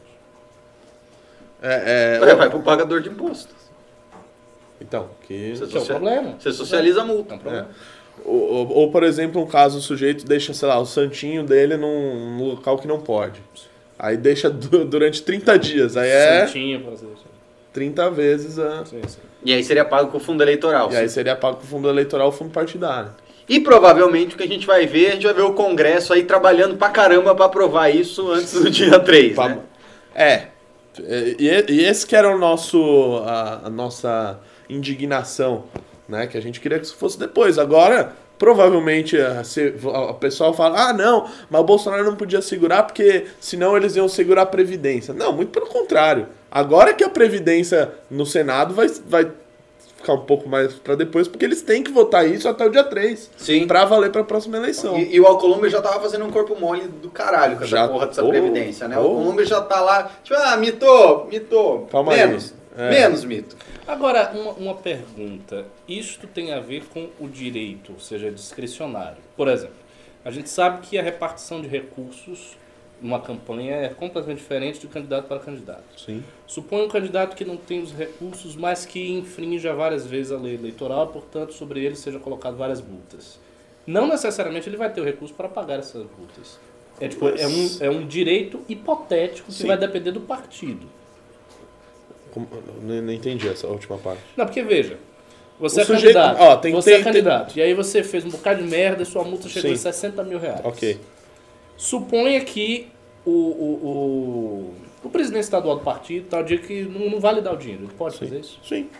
É, é, É, vai pro pagador de imposto. Então, que. Você, Que é o socia- problema. você socializa a É multa. um problema. Ou, ou- ou, por exemplo, um caso, o sujeito deixa, sei lá, o santinho dele num, num local que não pode. Aí deixa du- durante trinta dias. Aí é Santinho pra você deixar. trinta vezes a. Sim, sim. E aí seria pago com o fundo eleitoral. E aí seria pago com o fundo eleitoral ou fundo partidário. E provavelmente o que a gente vai ver, a gente vai ver o Congresso aí trabalhando pra caramba pra aprovar isso antes do dia três, Pa- né? É. E, e esse que era o nosso, a, a nossa indignação, né? Que a gente queria que isso fosse depois. Agora, provavelmente, a, se- a- a pessoa fala, ah, não, mas o Bolsonaro não podia segurar porque senão eles iam segurar a Previdência. Não, muito pelo contrário. Agora que a Previdência no Senado vai, vai ficar um pouco mais pra depois, porque eles têm que votar isso até o dia três. Sim. Pra valer pra próxima eleição. E, e o Alcolumbre já tava fazendo um corpo mole do caralho com essa Já- porra dessa oh, previdência, né? O oh. Alcolumbre já tá lá, tipo, ah, mitou, mitou. Calma aí. menos, É. menos mito. Agora, uma, uma pergunta. Isto tem a ver com o direito, ou seja, discricionário. Por exemplo, a gente sabe que a repartição de recursos numa campanha é completamente diferente de candidato para candidato. Sim. Suponha um candidato que não tem os recursos, mas que infrinja várias vezes a lei eleitoral, portanto, sobre ele seja colocado várias multas. Não necessariamente ele vai ter o recurso para pagar essas multas. É, tipo, é, um, é um direito hipotético que Sim. vai depender do partido. Como- Não, não entendi essa última parte. Não, porque veja, você O é sujeito- candidato, ó, tem- você tem- é candidato, e aí você fez um bocado de merda e sua multa chegou Sim. em sessenta mil reais. Ok. Suponha que o, o, o, o presidente estadual do partido tal dia que não, não vai lhe dar o dinheiro, ele pode fazer isso? Sim.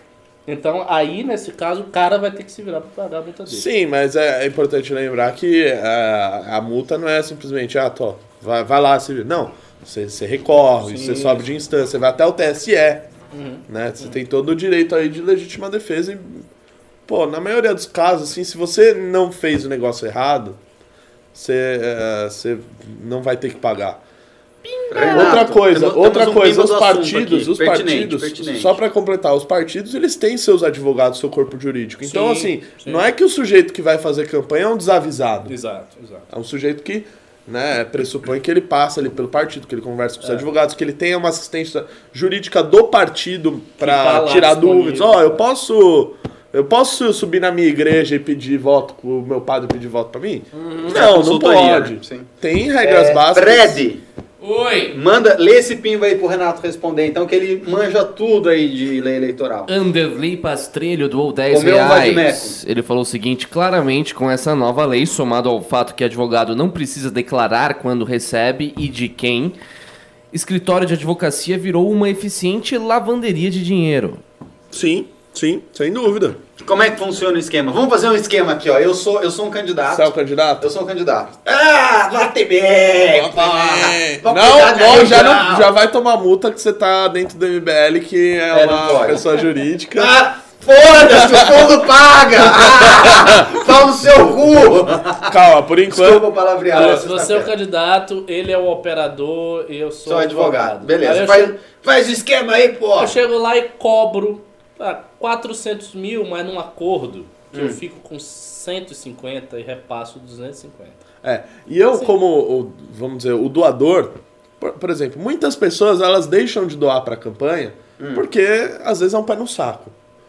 Então, aí, nesse caso, o cara vai ter que se virar pra pagar a multa dele. Sim, mas é, é importante lembrar que a, a multa não é simplesmente, ah, tô, vai, vai lá, se vira. Não, você, você recorre, Sim. você sobe de instância, você vai até o T S E, Uhum. né? Você tem todo o direito aí de legítima defesa e, pô, na maioria dos casos, assim, se você não fez o negócio errado, você, é, você não vai ter que pagar. Renato, outra coisa, temos- outra temos um coisa, pingo os do assunto partidos, aqui. os Pertinente, partidos, pertinente. só pra completar, os partidos, eles têm seus advogados, seu corpo jurídico. Então, Sim, assim, sim. não é que o sujeito que vai fazer campanha é um desavisado. Exato, exato. É um sujeito que, né, pressupõe que ele passa ali pelo partido, que ele conversa É. com os advogados, que ele tenha uma assistência jurídica do partido tá pra lá tirar disponível. dúvidas. Ó, eu posso... Eu posso subir na minha igreja e pedir voto, o meu padre pedir voto pra mim? Não, não consultoria, pode. né? Sim. Tem regras É, básicas. Fred, Oi! manda, lê esse pimba aí pro Renato responder, então, que ele manja tudo aí de lei eleitoral. Anderley Pastrelho doou dez Comeu um reais. vadimeco. Ele falou o seguinte: claramente, com essa nova lei, somado ao fato que advogado não precisa declarar quando recebe e de quem, escritório de advocacia virou uma eficiente lavanderia de dinheiro. Sim, sim, sem dúvida. Como é que funciona o esquema? Vamos fazer um esquema aqui, ó. Eu sou, eu sou um candidato. Você é o candidato? Eu sou um candidato. Ah, vote bem! porra! Vamos Não, cuidar da não, já, região. não, já vai tomar multa que você tá dentro do M B L, que é, É, não uma pode. pessoa jurídica. Ah, foda-se, o fundo paga! Ah, pau no seu cu! Calma, por enquanto. Desculpa o palavreado. Se você é o candidato, ele é o operador e eu sou Sou advogado. Beleza, Aí eu, faz, chego, faz o esquema aí, pô! eu chego lá e cobro ah, quatrocentos mil, mas num acordo que Hum. eu fico com cento e cinquenta e repasso duzentos e cinquenta. É, e eu Sim. como, o, vamos dizer, o doador, por, por exemplo, muitas pessoas elas deixam de doar pra campanha porque às vezes é um pé no saco.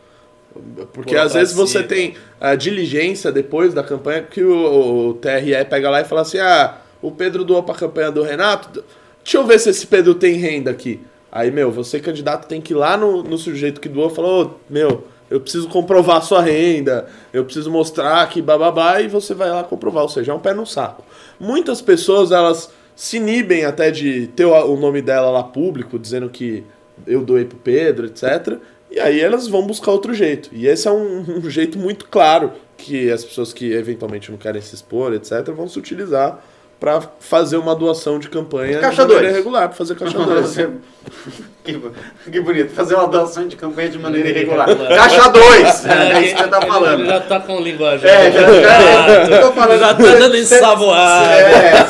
Porque às vezes você tem a diligência depois da campanha que o, o T R E pega lá e fala assim, ah, o Pedro doou pra campanha do Renato, deixa eu ver se esse Pedro tem renda aqui. Aí, meu, você candidato tem que ir lá no, no sujeito que doou e falar, ô, meu, eu preciso comprovar sua renda, eu preciso mostrar que bababá, e você vai lá comprovar, ou seja, é um pé no saco. Muitas pessoas, elas se inibem até de ter o, o nome dela lá público, dizendo que eu doei pro Pedro, etcétera. E aí elas vão buscar outro jeito. E esse é um, um jeito muito claro que as pessoas que eventualmente não querem se expor, etcétera, vão se utilizar para fazer uma doação de campanha Caixa de maneira dois. irregular, para fazer caixa dois. que, que bonito, fazer uma doação de campanha de maneira irregular. Caixa dois! É, isso que você tá falando. Ele já tá com linguagem. É, já, já, já tô falando. Já tá dando ensaboado. É,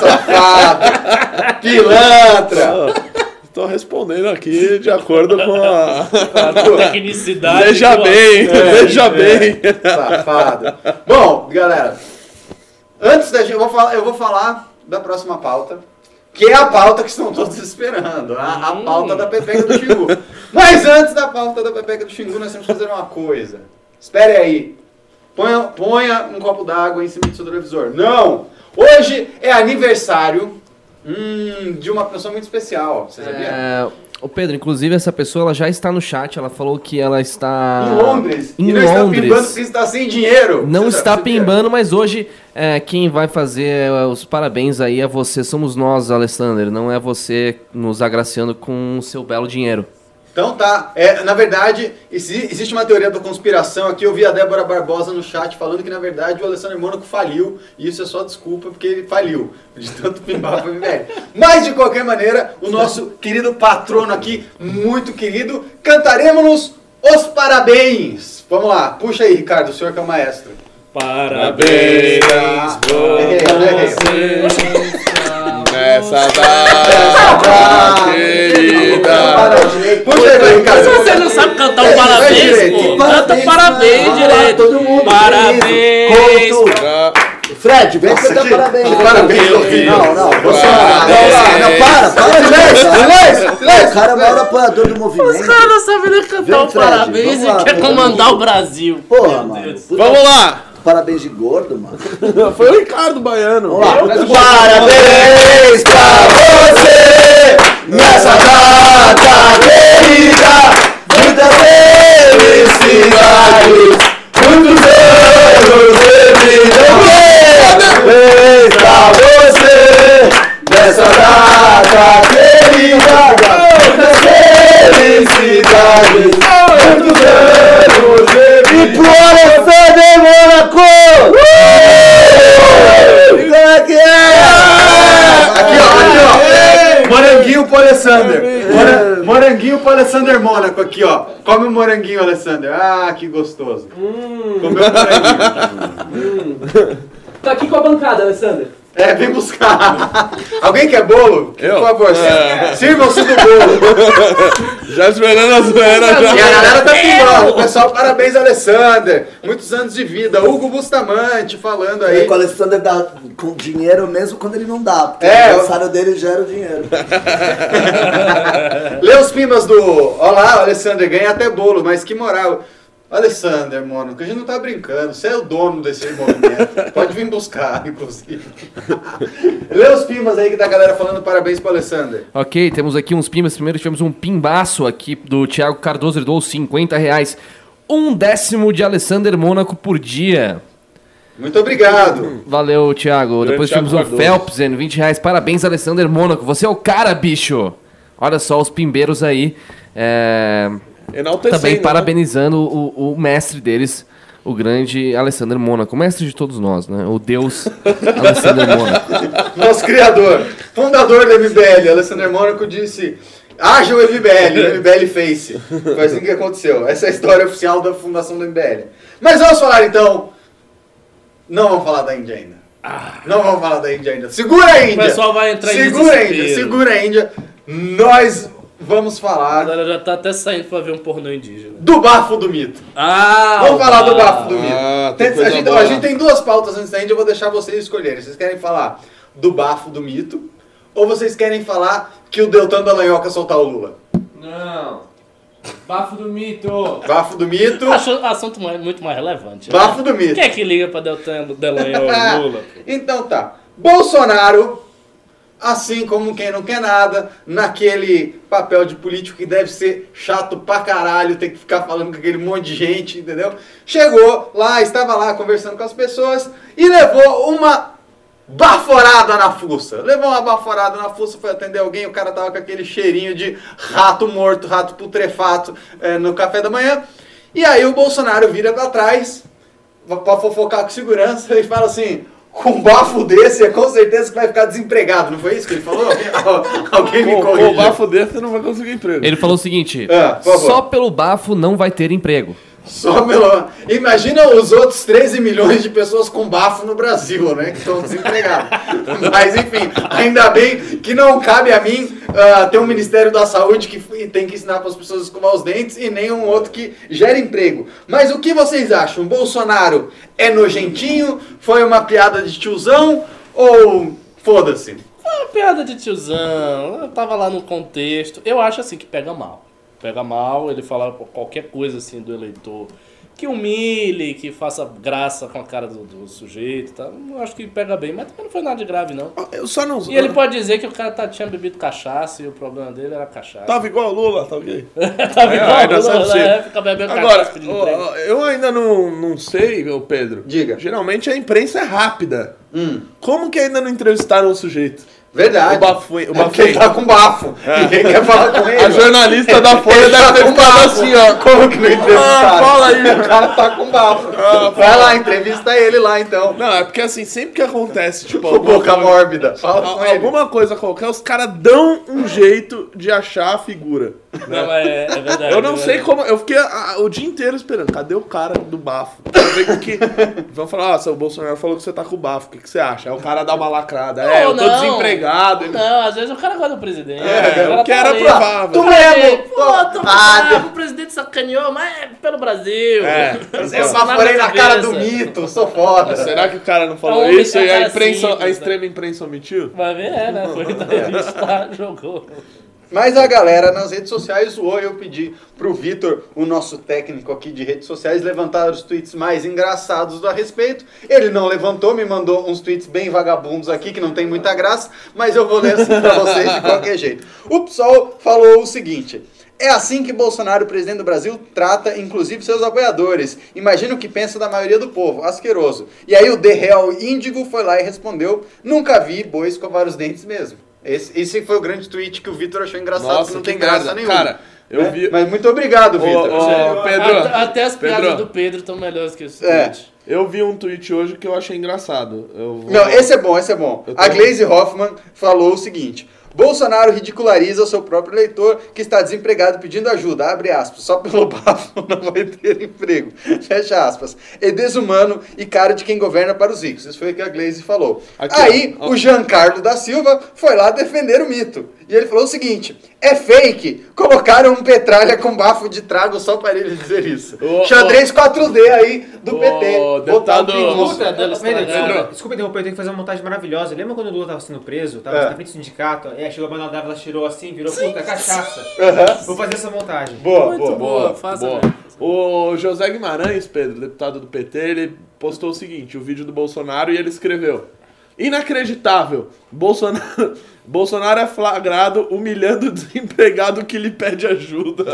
safado. Pilantra. Estou respondendo aqui de acordo com a... A tecnicidade. Veja do bem, É, veja é. bem. Safado. Bom, galera, antes da gente, eu vou falar, eu vou falar da próxima pauta, que é a pauta que estão todos esperando, a, a Hum. pauta da Pepeca do Xingu. Mas antes da pauta da Pepeca do Xingu, nós temos que fazer uma coisa. Espere aí. Ponha, ponha um copo d'água em cima do seu televisor. Não! Hoje é aniversário hum, de uma pessoa muito especial. Você sabia? É, ô Pedro, inclusive essa pessoa ela já está no chat, ela falou que ela está Em Londres. Em e não está Londres. pimbando porque está sem dinheiro. Não Você está sabe, sabia? pimbando, mas hoje é, quem vai fazer é, os parabéns aí é você, somos nós, Alessander, não é você nos agraciando com o seu belo dinheiro. Então tá, é, na verdade, exi- existe uma teoria da conspiração aqui, eu vi a Débora Barbosa no chat falando que na verdade o Alessandro Mônaco faliu, e isso é só desculpa porque ele faliu, de tanto pimbar pra velho. Mas de qualquer maneira, o nosso querido patrono aqui, muito querido, cantaremos os parabéns. Vamos lá, puxa aí, Ricardo, o senhor que é o maestro. Parabéns pra Errei, errei. você. Nessa data querida. Puxa aí, Ricardo. Se você não sabe cantar um Vai parabéns, direito. pô, Parabéns, canta parabéns vamos lá, direito. todo mundo, Parabéns. Couto. Pra- Fred, vem Nossa, cantar que- parabéns. que parabéns, meu filho. filho. Não, não, você Parabéns. não, não, para, para de Silêncio, cantar. silêncio, silêncio. O cara é o maior apoiador do Os movimento. caras não sabem nem cantar Vem, um Fred, parabéns vamos e lá, quer vamos comandar lá. o Brasil. Porra, Meu mano. Deus. Puta, Vamos lá! Parabéns de gordo, mano. Foi o Ricardo Baiano. Vamos lá. Parabéns pra você nessa data querida, muitas felicidades, muitos anos de vida. Parabéns pra você nessa data querida, muitas felicidades, muitos anos Moranguinho pro Alessander. Mora- moranguinho pro Alessander Mônaco aqui, ó. Come o moranguinho, Alessander. Ah, que gostoso. Hum. Comeu o moranguinho. Tá aqui com a bancada, Alessander. É, vem buscar. Alguém quer bolo? Eu? Por favor, É. sirvam-se do bolo. Já esperando a zoeira. E a Já. galera tá pimbando. O pessoal, parabéns, Alessander. Muitos anos de vida. Hugo Bustamante falando aí. É, o Alessander dá com dinheiro mesmo quando ele não dá. Porque É, o aniversário dele gera o dinheiro. Lê os pimbas do... Olha lá, o Alessander ganha até bolo, mas que moral. Alessander, mano, que a gente não tá brincando. Você é o dono desse movimento. Pode vir buscar, inclusive. Lê os pimbas aí que da galera falando parabéns pro Alessander. Ok, temos aqui uns pimbas. Primeiro tivemos um pimbaço aqui do Thiago Cardoso, ele doou cinquenta reais. Um décimo de Alessander Mônaco por dia. Muito obrigado. Valeu, Thiago. Grande Depois Thiago tivemos o Cardoso. Phelps, dizendo vinte reais. Parabéns, Alessander Mônaco. Você é o cara, bicho. Olha só os pimbeiros aí. É... Enaltecendo, Também né? parabenizando o, o mestre deles, o grande Alessander Mônaco. O mestre de todos nós, né? O deus Alessander Mônaco. Nosso criador, fundador do M B L, Alessander Mônaco disse: haja o M B L, o M B L Face. Foi assim que aconteceu. Essa é a história oficial da fundação do M B L. Mas vamos falar então. Não vamos falar da Índia ainda. Não vamos falar da Índia ainda. Segura a Índia! O pessoal vai entrar em Segura a desespero. Índia, segura a Índia. Nós vamos A falar galera já tá até saindo pra ver um pornô indígena. do bafo do mito. Ah! Vamos falar do ah, bafo do mito. Ah, tem Tem- coisa a, gente, boa. a gente tem duas pautas antes da Índia, eu vou deixar vocês escolherem. Vocês querem falar do bafo do mito ou vocês querem falar que o Deltan Dallagnol soltar o Lula? Não. Bafo do mito. Bafo do mito, Acho assunto mais- muito mais relevante. né? bafo do mito. Quem é que liga pra Deltan Dallagnol e Lula? Então tá. Bolsonaro, assim como quem não quer nada, naquele papel de político que deve ser chato pra caralho, tem que ficar falando com aquele monte de gente, entendeu? Chegou lá, estava lá conversando com as pessoas e levou uma baforada na fuça. Levou uma baforada na fuça, foi atender alguém, o cara tava com aquele cheirinho de rato morto, rato putrefato eh, no café da manhã. E aí o Bolsonaro vira pra trás, pra fofocar com segurança e fala assim: com um bafo desse, é com certeza que vai ficar desempregado. Não foi isso que ele falou? Alguém, alguém me Com, com o corrija. bafo desse você não vai conseguir emprego. Ele falou o seguinte: Ah, por favor. só pelo bafo não vai ter emprego. Só pelo... Imagina os outros treze milhões de pessoas com bafo no Brasil, né? Que estão desempregados. Mas enfim, ainda bem que não cabe a mim ah, ter um Ministério da Saúde que f- tem que ensinar para as pessoas a escovar os dentes e nem um outro que gera emprego. Mas o que vocês acham? Bolsonaro é nojentinho? Foi uma piada de tiozão? Ou foda-se? Uma piada de tiozão, eu tava lá no contexto. Eu acho assim que pega mal. Pega mal ele falar qualquer coisa assim do eleitor que humilhe, que faça graça com a cara do, do sujeito, tá? Eu acho que pega bem, mas também não foi nada de grave, não. Eu só não... E ele pode dizer que o cara tá, tinha bebido cachaça e o problema dele era cachaça. Tava igual o Lula, tá ok? Tava É, igual, ainda Lula, sabe ser. né? Fica bebendo Agora, cachaça pedindo emprego. ó, eu ainda não, não sei, ô Pedro. Diga. Geralmente a imprensa é rápida. Hum, Como que ainda não entrevistaram o sujeito? verdade. O bafo, o É porque ele bafo. tá com bafo. Ninguém quer falar com ele. A jornalista da Folha Ele deve tá ter com ficado bafo. assim, ó. Como que não entrevistaram? Ah, fala aí. O cara tá com bafo. Ah, Vai lá, entrevista ele lá então. Não, é porque assim, sempre que acontece, tipo, O alguma boca coisa, mórbida. Fala com al- ele. alguma coisa qualquer, os caras dão um jeito de achar a figura. Não, mas é, é verdade. Eu não é sei verdade. como. Eu fiquei a- o dia inteiro esperando. Cadê o cara do bafo? Quero ver o que. Vão falar, ah, o Bolsonaro falou que você tá com bafo. O que, que você acha? Aí o cara dá uma lacrada. É, eu tô não. desempregado. Ele- Não, às vezes o cara gosta do presidente. É, o cara o que era ali. provável. Tu Aí, mesmo. Pô, tô Ah, bravo, o presidente sacaneou, mas é pelo Brasil. É. Eu baforei na cara do mito, sou foda. Será que o cara não falou É um isso e a cara imprensa, simples, a extrema imprensa omitiu? Vai ver, é, né? Foi entrevista, jogou. Mas a galera nas redes sociais zoou e eu pedi pro Vitor, o nosso técnico aqui de redes sociais, levantar os tweets mais engraçados a respeito. Ele não levantou, me mandou uns tweets bem vagabundos aqui, que não tem muita graça, mas eu vou ler assim pra vocês de qualquer jeito. O PSOL falou o seguinte: é assim que Bolsonaro, presidente do Brasil, trata inclusive seus apoiadores. Imagina o que pensa da maioria do povo, asqueroso. E aí o The Real Índigo foi lá e respondeu: nunca vi boi escovar os dentes mesmo. Esse, esse foi o grande tweet que o Vitor achou engraçado, Nossa, que não que tem graça merda. nenhuma. Cara, eu né? vi- Mas muito obrigado, Vitor. Ô, ô, Pedro, Até, até as piadas Pedro. do Pedro estão melhores que esse É. tweet. Eu vi um tweet hoje que eu achei engraçado. Eu vou- Não, esse é bom, esse é bom. Eu tô- A Glaze Hoffman falou o seguinte: Bolsonaro ridiculariza o seu próprio eleitor que está desempregado pedindo ajuda, abre aspas, só pelo bafo não vai ter emprego, fecha aspas. É desumano e cara de quem governa para os ricos. Isso foi o que a Glaze falou. Aqui, Aí, ó. o Giancarlo da Silva foi lá defender o mito. E ele falou o seguinte, é fake, colocaram um Petralha com bafo de trago só para ele dizer isso. Ô, Xadrez quatro D aí do ô, P T. deputado- Botar o Puta, pinguço. deles Peraí, estragaram. desculpa, desculpa interromper, eu tenho que fazer uma montagem maravilhosa. Lembra quando o Lula tava sendo preso? Tava É. na frente do sindicato, aí chegou a Manuela Dávila, cheirou assim, virou puta, cachaça. Aham. Vou fazer essa montagem. Boa, Muito boa. boa, faça Boa. mesmo. O José Guimarães, Pedro, deputado do P T, ele postou o seguinte, o vídeo do Bolsonaro, e ele escreveu: inacreditável, Bolsonaro, Bolsonaro é flagrado humilhando o desempregado que lhe pede ajuda.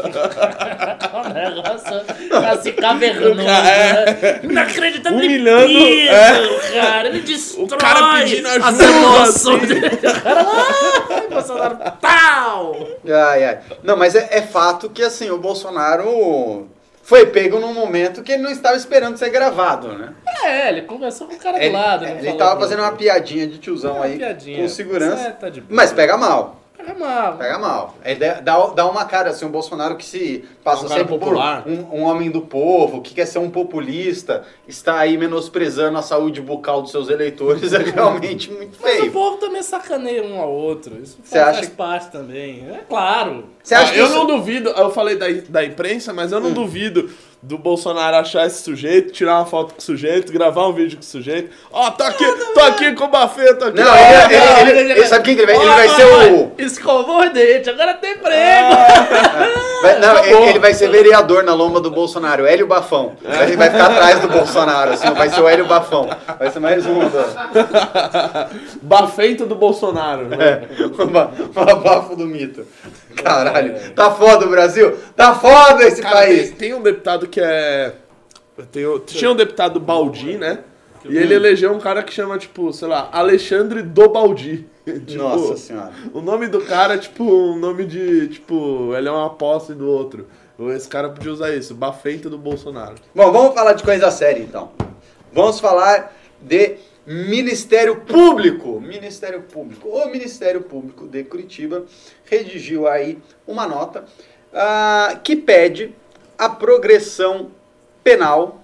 O negócio tá se cavernoso, É. né? Inacreditável, Humilhando, ele é. pisa, cara. Ele destrói O cara pedindo as ajuda, emoções assim. dele. O cara, ai, Bolsonaro, pau! Ai, ai. Não, mas é, é fato que assim, o Bolsonaro foi pego num momento que ele não estava esperando ser gravado, né? É, ele conversou com o cara do Ele, lado. é, não ele falou tava com fazendo ele. uma piadinha de tiozão Uma aí piadinha. com segurança. É, tá de boa. Mas pega mal. Pega mal. Pega mal. É, dá, dá uma cara assim, um Bolsonaro que se passa É um cara sempre popular. por um, um homem do povo, que quer ser um populista, está aí menosprezando a saúde bucal dos seus eleitores, é realmente muito Mas o feio. povo também sacaneia um ao outro. Isso Cê faz acha que- parte também. É claro. Você acha Ah, que eu isso- não duvido, eu falei da, da imprensa, mas eu não duvido do Bolsonaro achar esse sujeito, tirar uma foto com o sujeito, gravar um vídeo com o sujeito. Ó, tô aqui, tô aqui com o Bafê, tô aqui. Não, ó, ele, ó, ele, ele, ele- sabe quem que ele vai? Ele vai Ó, ser ó, o. ó, Escovou os dentes, agora tem emprego. Vai- não, Acabou. ele, ele vai ser vereador na lomba do Bolsonaro, Hélio Bafão. Ele vai ficar atrás do Bolsonaro, assim, vai ser o Hélio Bafão. Vai ser mais um. Da... Bafento do Bolsonaro. Né? É, o abafo do mito. Caralho, tá foda o Brasil? Tá foda esse Cara, país. tem, tem um deputado que é. Tem, o- tinha um deputado Baldi, né? E ele elegeu um cara que chama, tipo, sei lá, Alexandre do Baldi. Tipo, Nossa senhora. o nome do cara é tipo um nome de. Tipo, ele é uma posse do outro. Esse cara podia usar isso, Bafento do Bolsonaro. Bom, vamos falar de coisa séria então. Vamos falar de Ministério Público. Ministério Público. O Ministério Público de Curitiba redigiu aí uma nota ah, que pede a progressão penal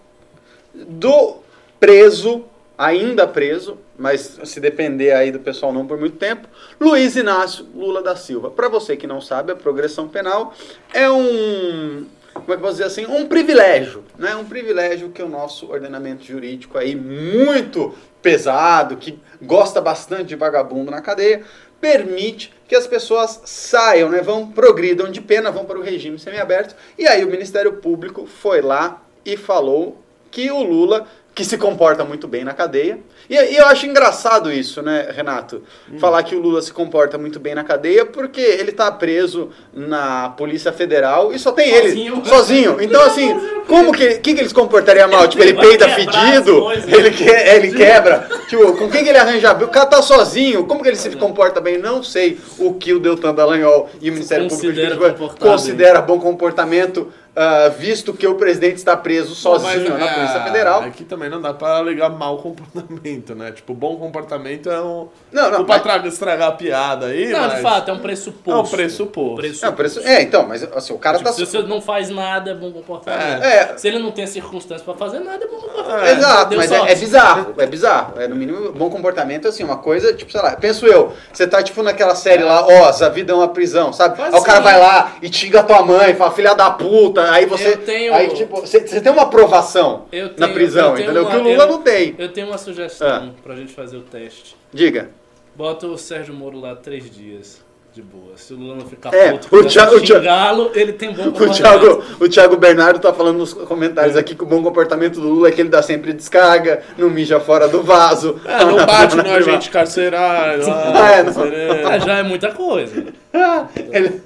do preso, ainda preso, mas se depender aí do pessoal não por muito tempo, Luiz Inácio Lula da Silva. Para você que não sabe, a progressão penal é um, como é que eu posso dizer assim, um privilégio, né? Um privilégio que o nosso ordenamento jurídico aí muito pesado, que gosta bastante de vagabundo na cadeia, permite que as pessoas saiam, né? Vão, progridam de pena, vão para o regime semiaberto. E aí o Ministério Público foi lá e falou que o Lula, que se comporta muito bem na cadeia, e, e eu acho engraçado isso, né, Renato? Hum. Falar que o Lula se comporta muito bem na cadeia, porque ele tá preso na Polícia Federal e só tem Sozinho. ele, sozinho. Então, assim, como que, que, que ele se comportaria mal? Tipo, ele peida fedido, ele, que, ele quebra. Tipo, com quem que ele arranja? O cara tá sozinho, como que ele se comporta bem? Não sei o que o Deltan Dallagnol e o Ministério Público de Considera Curitiba comportado, considera bom comportamento, uh, visto que o presidente está preso sozinho Mas, na é, Polícia Federal. Aqui também não dá pra alegar mau comportamento, né? Tipo, bom comportamento é um. Não, não, Não pra mas- tra- estragar a piada aí, Não, mas. de fato, é um pressuposto. É um pressuposto. É, por isso- é, então, mas assim, o cara Tipo, tá... se você não faz nada, é bom comportamento. É. Se ele não tem circunstâncias pra fazer nada, é bom comportamento. É, Exato, Deu mas é, sorte. é bizarro, é bizarro. É, no mínimo, bom comportamento, assim, uma coisa, tipo, sei lá, penso eu, você tá, tipo, naquela série lá, Oz, a vida é uma prisão, sabe? Faz Aí o cara sim. vai lá e xinga a tua mãe, fala, filha da puta, aí você... Eu tenho- Aí, tipo, você, você tem uma aprovação Eu na tenho- prisão, eu tenho entendeu? uma- Que o Lula eu- não tem. Eu tenho uma sugestão pra gente fazer o teste. Diga. Bota o Sérgio Moro lá três dias, de boa. Se o Lula não ficar É, puto, o o Thiago- o Thiago- xingá-lo, ele tem bom O comportamento. Thiago, o Thiago Bernardo tá falando nos comentários aqui que o bom comportamento do Lula é que ele dá sempre descarga, não mija fora do vaso. É, não bate no agente carcerário. Ah, é, não. Ah, já é muita coisa. Ele...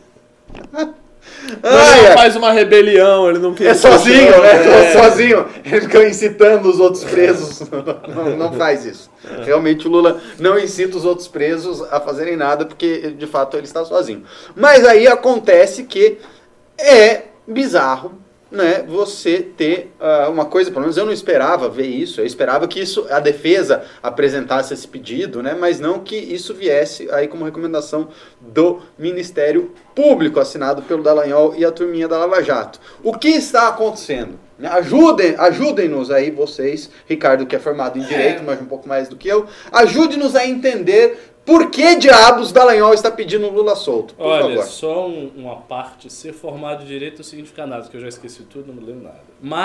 Não, Ai, ele ai. faz uma rebelião, ele não quer. É sozinho, né? É. Sozinho. Ele fica incitando os outros presos. Não, não faz isso. Realmente o Lula não incita os outros presos a fazerem nada, porque de fato ele está sozinho. Mas aí acontece que é bizarro né, você ter uh, uma coisa, pelo menos eu não esperava ver isso, eu esperava que isso, a defesa apresentasse esse pedido, né, mas não que isso viesse aí como recomendação do Ministério Público, assinado pelo Dallagnol e a turminha da Lava Jato. O que está acontecendo? Ajudem, ajudem-nos aí vocês, Ricardo, que é formado em Direito, mas um pouco mais do que eu, ajude-nos a entender por que diabos Dallagnol está pedindo o Lula solto. Por Olha, favor. só um, uma parte, ser formado em Direito não significa nada, porque eu já esqueci tudo, não me lembro nada.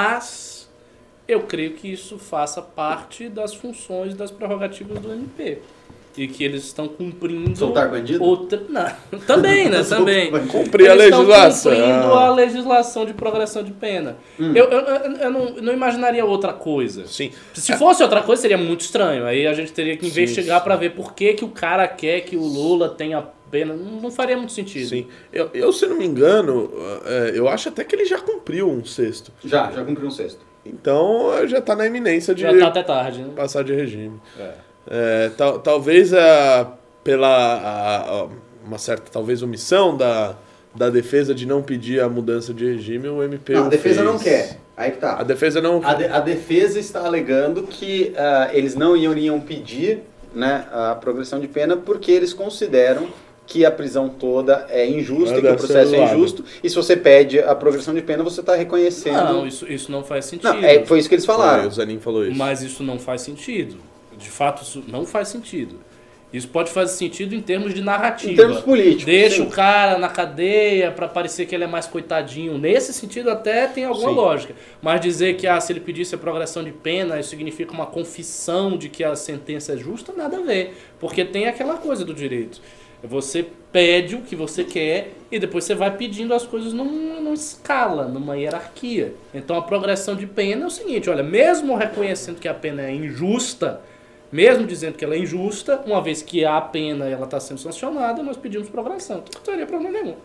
Mas eu creio que isso faça parte das funções, das prerrogativas do M P. E que eles estão cumprindo... Soltar bandido? Outra... Não, também, né? Também. Cumprir a Eles estão legislação. cumprindo a legislação de progressão de pena. Hum. Eu, eu, eu, eu não, não imaginaria outra coisa. Sim. Se fosse outra coisa, seria muito estranho. Aí a gente teria que investigar sim. para ver por que, que o cara quer que o Lula tenha pena. Não, não faria muito sentido. Sim. Eu, eu, se não me engano, é, eu acho até que ele já cumpriu um sexto. Já, já cumpriu um sexto. Então já está na iminência de Já tá até tarde, né? passar de regime. É. É, tal, talvez a, pela a, a, uma certa talvez omissão da, da defesa de não pedir a mudança de regime, o M P Não, a defesa fez. não quer. Aí que tá. A defesa não... A, de, a defesa está alegando que uh, eles não iriam pedir, né, a progressão de pena porque eles consideram que a prisão toda é injusta Não e que o deve processo ser é doado. injusto. E se você pede a progressão de pena, você está reconhecendo... Não, isso, isso não faz sentido. Não, é, foi isso que eles Foi, falaram. o Zanin falou isso. Mas isso não faz sentido. De fato, isso não faz sentido. Isso pode fazer sentido em termos de narrativa. Em termos políticos, Deixa sim. o cara na cadeia para parecer que ele é mais coitadinho. Nesse sentido até tem alguma Sim. lógica. Mas dizer que ah, se ele pedisse a progressão de pena, isso significa uma confissão de que a sentença é justa, nada a ver. Porque tem aquela coisa do direito. Você pede o que você quer e depois você vai pedindo as coisas num, numa escala, numa hierarquia. Então a progressão de pena é o seguinte, olha, mesmo reconhecendo que a pena é injusta, mesmo dizendo que ela é injusta, uma vez que a pena ela está sendo sancionada, nós pedimos progressão. Então não teria problema nenhum.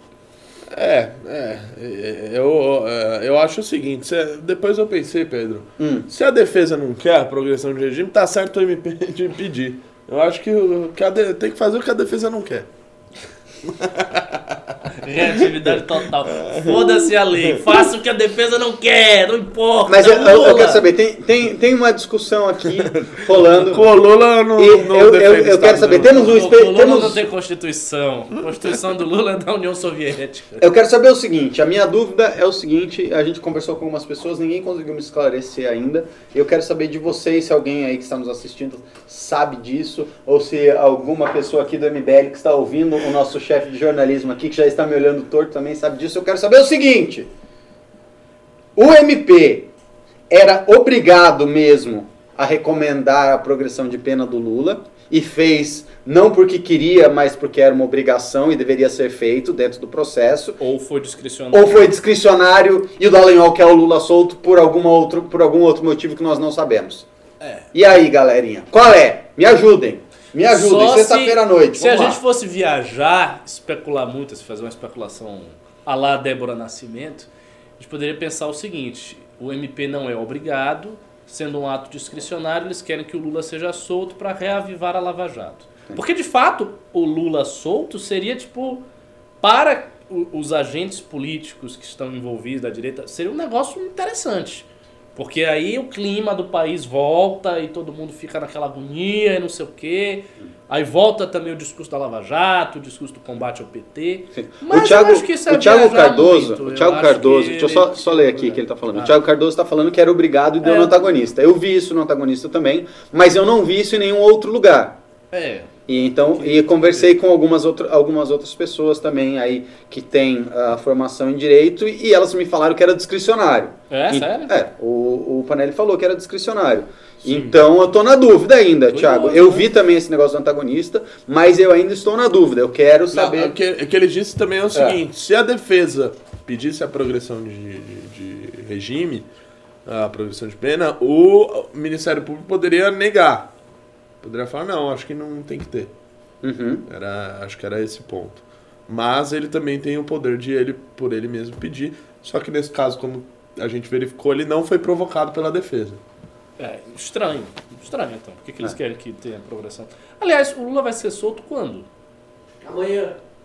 É, é, eu, eu acho o seguinte, se, depois eu pensei, Pedro, Hum. se a defesa não quer a progressão de regime, tá certo o M P de pedir. Eu acho que, o- que a de- tem que fazer o que a defesa não quer. Reatividade total. Foda-se a lei. Faça o que a defesa não quer, não importa. Mas eu, eu- eu Lula. quero saber, tem, tem, tem uma discussão aqui rolando... Com o Lula não, E não eu, eu, defende eu Estado quero saber, não. temos um... O espe- Lula temos... não tem Constituição. A Constituição do Lula é da União Soviética. Eu quero saber o seguinte, a minha dúvida é o seguinte, a gente conversou com algumas pessoas, ninguém conseguiu me esclarecer ainda. Eu quero saber de vocês, se alguém aí que está nos assistindo sabe disso, ou se alguma pessoa aqui do M B L que está ouvindo, o nosso chefe de jornalismo aqui, que já está me olhando torto, também sabe disso. Eu quero saber o seguinte, o M P era obrigado mesmo a recomendar a progressão de pena do Lula e fez não porque queria, mas porque era uma obrigação e deveria ser feito dentro do processo, Ou foi discricionário. ou foi discricionário e o Dallagnol quer o Lula solto por, alguma outro, por algum outro motivo que nós não sabemos. É. E aí, galerinha? Qual é? Me ajudem. Me ajudem. Só Sexta-feira à noite. Se a Vamos lá. gente fosse viajar, especular muito, se fazer uma especulação à la Débora Nascimento, a gente poderia pensar o seguinte: o M P não é obrigado, sendo um ato discricionário, eles querem que o Lula seja solto para reavivar a Lava Jato. Porque, de fato, o Lula solto seria, tipo, para o- os agentes políticos que estão envolvidos da direita, seria um negócio interessante. Porque aí o clima do país volta e todo mundo fica naquela agonia e não sei o quê. Aí volta também o discurso da Lava Jato, o discurso do combate ao P T. Sim. Mas o Thiago, eu acho que isso é o Thiago viajar Cardoso, muito. o Eu Thiago acho Cardoso, que deixa eu só, ele- só ler aqui o que ele está falando. Ah. O Thiago Cardoso está falando que era obrigado e deu É. no antagonista. Eu vi isso no antagonista também, mas eu não vi isso em nenhum outro lugar. É. E então, e conversei com algumas, outra, algumas outras pessoas também aí que têm a formação em direito e, e elas me falaram que era discricionário. É, E- sério? É, o, o Panelli falou que era discricionário. Então eu tô na dúvida ainda, Curioso, Thiago. Eu né? vi também esse negócio do antagonista, mas eu ainda estou na dúvida. Eu quero saber. Não, o, que, o que ele disse também é o seguinte, se a defesa pedisse a progressão de, de- de regime, a progressão de pena, o Ministério Público poderia negar. Poderia falar, não, acho que não tem que ter. Uhum. Era, acho que era esse ponto. Mas ele também tem o poder de ele, por ele mesmo, pedir. Só que nesse caso, como a gente verificou, ele não foi provocado pela defesa. É, estranho. Estranho, então. Por que, que eles É. querem que tenha progressão? Aliás, o Lula vai ser solto quando? Amanhã.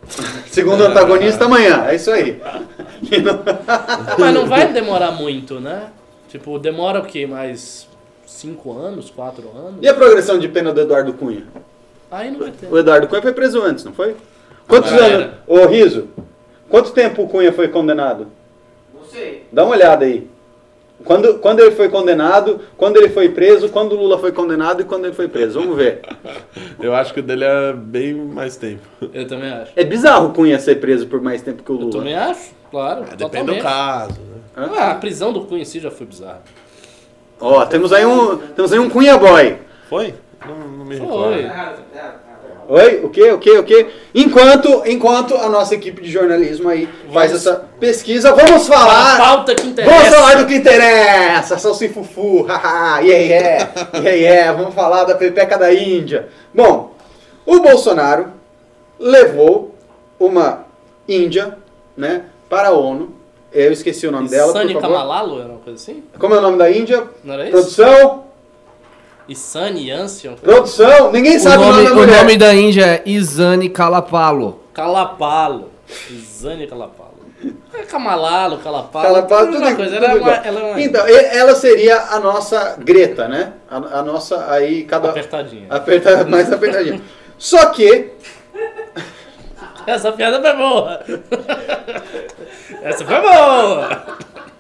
Segundo antagonista, amanhã. É isso aí. E não- Mas não vai demorar muito, né? Tipo, demora o quê? Mais cinco anos, quatro anos? E a progressão de pena do Eduardo Cunha? Aí não vai ter. O Eduardo Cunha foi preso antes, não foi? Quantos Ah, anos? Ô, Riso, quanto tempo o Cunha foi condenado? Não sei. Dá uma olhada aí. Quando, quando ele foi condenado, quando ele foi preso, quando o Lula foi condenado e quando ele foi preso. Vamos ver. Eu acho que o dele é bem mais tempo. Eu também acho. É bizarro o Cunha ser preso por mais tempo que o Eu Lula. também acho, claro. É, depende do totalmente. caso, né? Ah, a prisão do Cunha em si já foi bizarra. Ó, temos aí um, temos aí um Cunha Boy. Foi? Não, não me Foi. recordo. Errado, errado, errado. Oi? O quê? O quê? O quê? Enquanto, enquanto a nossa equipe de jornalismo aí faz Vamos- essa pesquisa, vamos A falar... pauta que interessa. Vamos falar do que interessa, salsifufu, haha, yeah, yeah, yeah, yeah, vamos falar da pepeca da Índia. Bom, o Bolsonaro levou uma Índia, né, para a ONU. Eu esqueci o nome dela, por Isani favor. Kamalalo era uma coisa assim? Como é o nome da Índia? Não era isso? Produção, Isani Yancy? uma coisa produção, ninguém O sabe o nome, nome, da o mulher. nome da Índia é Isani Kalapalo. assim. Calapalo. Isani Calapalo. É Kamalalo, Calapalo. Calapalo, tudo tudo, uma coisa. tudo Ela é uma, igual. ela é uma Então, e- ela seria a nossa Greta, né? A, a nossa aí, cada... apertadinha. Aperta, mais apertadinha. Só que... Essa piada foi boa. Essa foi boa.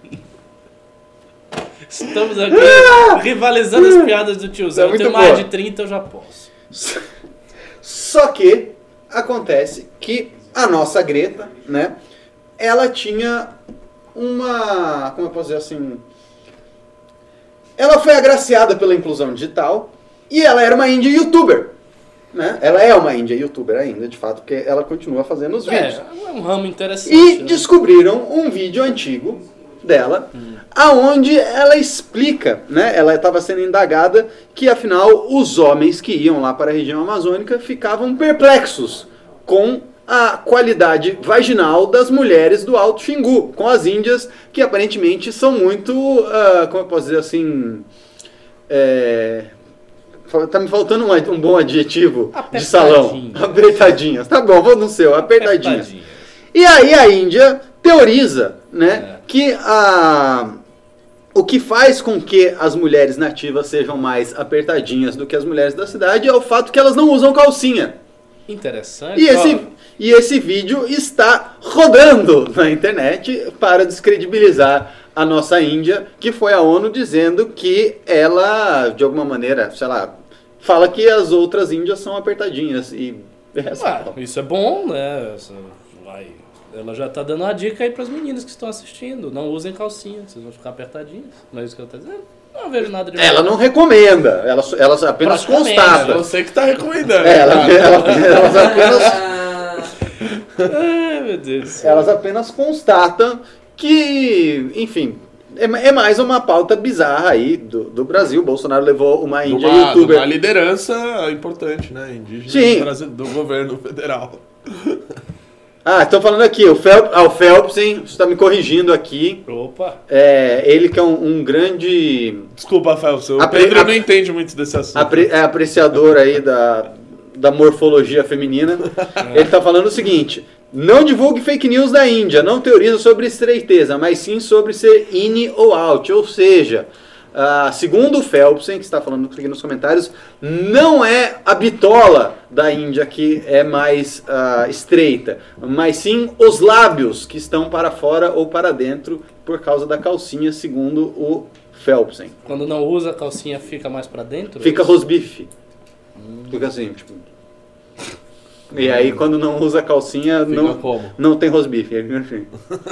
Estamos aqui rivalizando as piadas do tiozão. É muito Eu tenho mais boa. de trinta, eu já posso. Só que acontece que a nossa Greta, né? Ela tinha uma... Como eu posso dizer assim... Ela foi agraciada pela inclusão digital e ela era uma índia youtuber. Né? Ela é uma índia youtuber ainda, de fato, porque ela continua fazendo os vídeos. É, é um ramo interessante. E né? descobriram um vídeo antigo dela, aonde ela explica, né? Ela estava sendo indagada que, afinal, os homens que iam lá para a região amazônica ficavam perplexos com a qualidade vaginal das mulheres do Alto Xingu, com as índias que aparentemente são muito, ah, como eu posso dizer assim, é... Tá me faltando um, um bom adjetivo de salão. Apertadinhas. Apertadinhas. Tá bom, vou no seu. Apertadinhas. Apertadinha. E aí a Índia teoriza, né, É. que a, o que faz com que as mulheres nativas sejam mais apertadinhas do que as mulheres da cidade é o fato que elas não usam calcinha. Interessante. E esse, Ó, e esse vídeo está rodando na internet para descredibilizar a nossa Índia, que foi à ONU dizendo que ela, de alguma maneira, sei lá, fala que as outras índias são apertadinhas. E essa- ué, isso é bom, né? Essa- vai. Ela já tá dando uma dica aí pras meninas que estão assistindo. Não usem calcinha, vocês vão ficar apertadinhas. Não é isso que ela tá dizendo? Não vejo nada de ela mal. não recomenda, ela, ela apenas Praticamente, constata. É você que tá recomendando. É, ela, ela- elas, apenas, Ai, meu Deus do céu. elas apenas constatam que, enfim, é, é mais uma pauta bizarra aí do, do Brasil. O Bolsonaro levou uma De índia uma, de youtuber. uma liderança importante, né? Indígena Sim. do, Brasil- do governo federal. Ah, estão falando aqui, o Phelps, ah, o Phelps, hein, você está me corrigindo aqui. Opa. É, ele que é um, um grande Desculpa, Felps, o Apre- Pedro ap- não entende muito desse assunto. apre- é, apreciador aí da, da morfologia feminina. Ele está falando o seguinte: não divulgue fake news da Índia, não teoriza sobre estreiteza, mas sim sobre ser in ou out, ou seja, ah, segundo o Phelpsen, que está falando aqui nos comentários, não é a bitola da Índia que é mais ah, estreita, mas sim os lábios que estão para fora ou para dentro por causa da calcinha, segundo o Phelpsen. Quando não usa a calcinha, fica mais pra dentro? Fica é isso? rosbife. Fica assim, tipo. E aí quando não usa calcinha, Fica não, como? não tem rosbife. Enfim.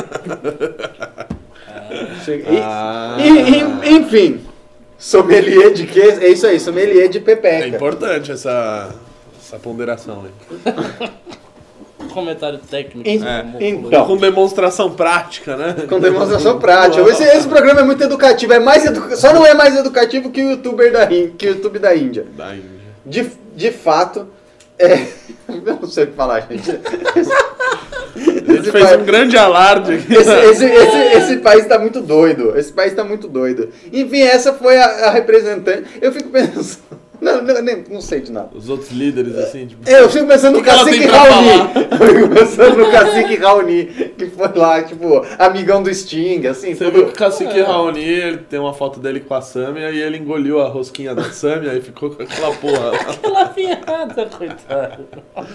Chega- e- Ah. e- e- enfim. Sommelier de quê? É isso aí, sommelier de É pepeca. importante essa, essa ponderação aí. Um comentário técnico. En- sobre morfologia. então. Com demonstração prática, né? Com demonstração prática. Esse, esse programa é muito educativo. É mais edu- Só não é mais educativo que o YouTuber da Ín- que o YouTube da Índia. Da Índia. De, de fato, é... eu não sei o que falar, gente. A gente fez um grande alarde aqui. Esse, esse, esse, esse país está muito doido. Esse país está muito doido. Enfim, essa foi a, a representante. Eu fico pensando. Não, não, nem, não sei de nada. Os outros líderes, assim, tipo... É, eu fico pensando no O que ela Cacique tem pra Raoni. falar? Eu fico pensando no Cacique Raoni, que foi lá, tipo, amigão do Sting, assim. Você todo- viu que o Cacique Raoni, ele tem uma foto dele com a Sammy, aí ele engoliu a rosquinha da Sammy, aí ficou com aquela porra lá. Aquela piada, coitado.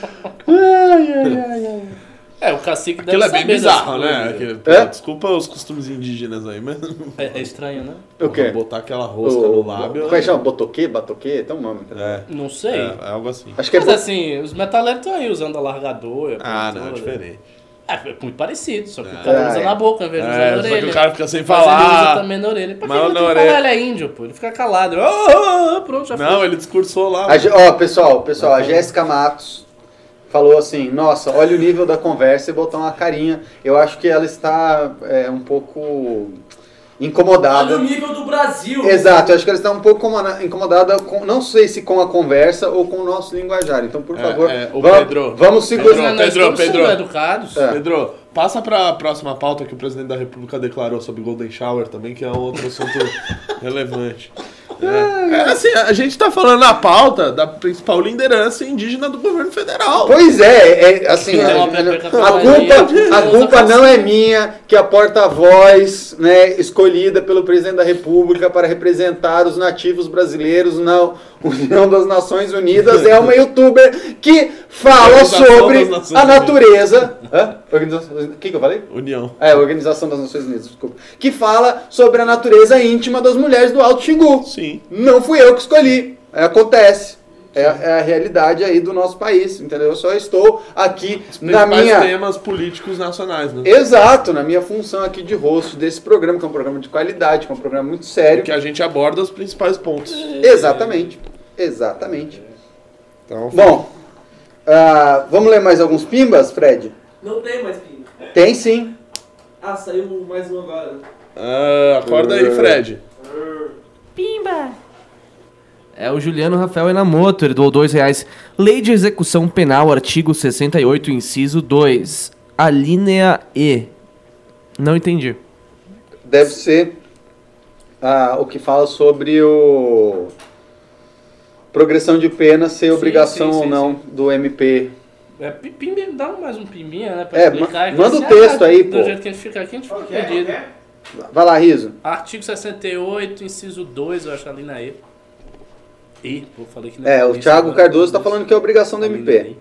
Ai, ai, ai, ai. É, o cacique deve Aquilo é bem saber bizarro, dessas né? coisas. Aquele- pô, É? Desculpa os costumes indígenas aí, mas... É, é estranho, né? O quê? Botar aquela rosca O- no lábio... Como é que chama? Botoquê? Batoquê? Tem um nome. É, Não sei. é, é algo assim. Acho que é... Mas assim, os metaleiros estão aí usando alargador. Ah, tudo. não, é diferente. É, é muito parecido, só que o É. cara usa na boca ao invés de usar É, na só que orelha. o cara fica sem Mas ele usa falar. também na orelha. Pra Mas que ele na tem que orelha. falar? Ele é índio, pô. Ele fica calado. Oh, oh, oh, pronto, já foi. Não, ele discursou lá. A Gé- Ó, pessoal, pessoal, a Jéssica Matos falou assim, nossa, olha o nível da conversa e botou uma carinha. Eu acho que ela está é, um pouco incomodada. Olha o nível do Brasil. Exato, eu acho que ela está um pouco incomoda- incomodada, com, não sei se com a conversa ou com o nosso linguajar. Então, por É, favor, é, ô, vamos, Pedro, vamos segurar. Pedro, Nós Pedro, estamos Pedro. sendo educados. É. Pedro, passa pra próxima pauta que o presidente da República declarou sobre Golden Shower também, que é um outro assunto relevante. É, é assim, a gente tá falando na pauta da principal liderança indígena do governo federal. Pois é, é assim, Tem a, uma a- pepeca a cavalinha, culpa, a usa culpa não é calcinha. minha que a porta-voz, né, escolhida pelo presidente da República para representar os nativos braseiros na União das Nações Unidas é uma youtuber que fala Organização sobre das Nações a Unidas. natureza. Hã? Organização- O que, que eu falei? União. É, Organização das Nações Unidas, desculpa. Que fala sobre a natureza íntima das mulheres do Alto Xingu. Sim. Não fui eu que escolhi. É, acontece. É, é a realidade aí do nosso país, entendeu? Eu só estou aqui na Principais minha... temas políticos nacionais, né? Exato, na minha função aqui de host desse programa, que é um programa de qualidade, que é um programa muito sério. Que a gente aborda os principais pontos. Exatamente. Exatamente. Então, Bom, ah, vamos ler mais alguns pimbas, Fred? Não tem mais pinga. Tem sim. Ah, saiu mais um agora. ah, acorda aí, Fred. É o Juliano Rafael Enamoto, ele doou dois reais. Lei de Execução Penal, artigo sessenta e oito, inciso dois. A linha E. Não entendi. Deve ser ah, o que fala sobre o progressão de pena ser Sim, obrigação sim, ou sim, não do M P. É, pi- pimba, dá mais um pimbinha, né? Pra É, explicar. ma- manda Que o se- texto ah, aí, do pô. jeito que a gente fica aqui, a gente fica perdido. Vai lá, Riso. Artigo sessenta e oito, inciso dois, eu acho ali na E. E, pô, falei que não É, o isso, Thiago agora. Cardoso está falando que é obrigação do Ali M na P. E.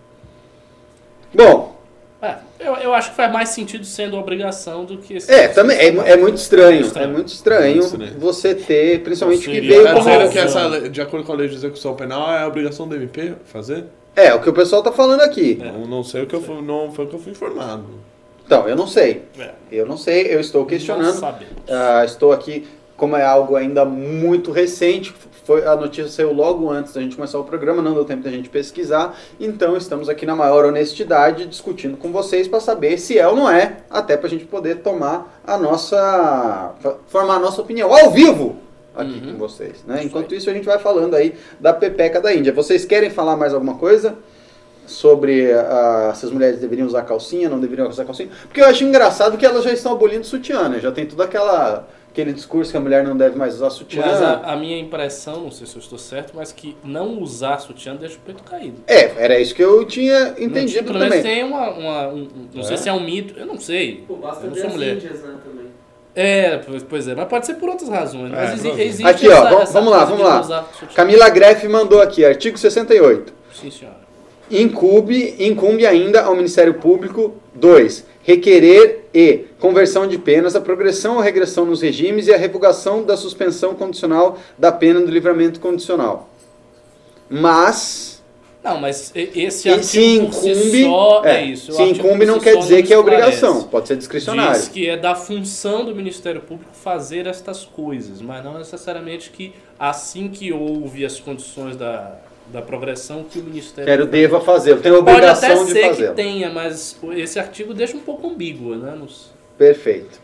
Bom, É, eu, eu acho que faz mais sentido sendo obrigação do que... é, também é, é muito estranho. Estranho. É muito estranho Muito estranho. você ter, principalmente que Seria- veio Tá como... dizendo que essa, lei- de acordo com a lei de execução penal, é a obrigação do M P fazer? É, o que o pessoal tá falando aqui. Não, não sei o que eu fui, não foi o que eu fui informado. Então, eu não sei. É. Eu não sei, eu estou Não questionando. sabemos. Ah, estou aqui, como é algo ainda muito recente, foi, a notícia saiu logo antes da gente começar o programa, não deu tempo da gente pesquisar, então estamos aqui na maior honestidade discutindo com vocês para saber se é ou não é, até para a gente poder tomar a nossa, formar a nossa opinião ao vivo aqui Uhum. com vocês, né? Enquanto isso a gente vai falando aí da pepeca da Índia. Vocês querem falar mais alguma coisa sobre ah, se as mulheres deveriam usar calcinha, não deveriam usar calcinha? Porque eu acho engraçado que elas já estão abolindo sutiã, né? Já tem tudo aquela aquele discurso que a mulher não deve mais usar sutiã. Mas a, a minha impressão, não sei se eu estou certo, mas que não usar sutiã deixa o peito caído. É, era isso que eu tinha Não, entendido pelo menos também. tem uma... uma- um- um- não sei se é um mito, eu não sei. Pô, basta eu não ver sou as mulher. índias, né, também. É, pois, pois é, mas pode ser por outras razões. Mas É, exi- provavelmente. existe Aqui, ó, essa- vamos- essa vamos lá, coisa de vamos lá. não usar sutiã. Camila Greff mandou aqui, artigo sessenta e oito. Sim, senhora. Incumbe, incumbe ainda ao Ministério Público, dois, requerer e conversão de penas, a progressão ou regressão nos regimes e a revogação da suspensão condicional da pena do livramento condicional. Mas, Não, mas e- esse e se artigo por si incumbe, só é, é, isso. O se artigo incumbe por não si quer só dizer que é esclarece. obrigação, pode ser discricionário. Diz que é da função do Ministério Público fazer estas coisas, mas não necessariamente que assim que houve as condições da, da progressão que o Ministério Quero deva fazer, eu tenho a pode obrigação até de ser fazer. que tenha, mas esse artigo deixa um pouco ambíguo, né? Nos... Perfeito.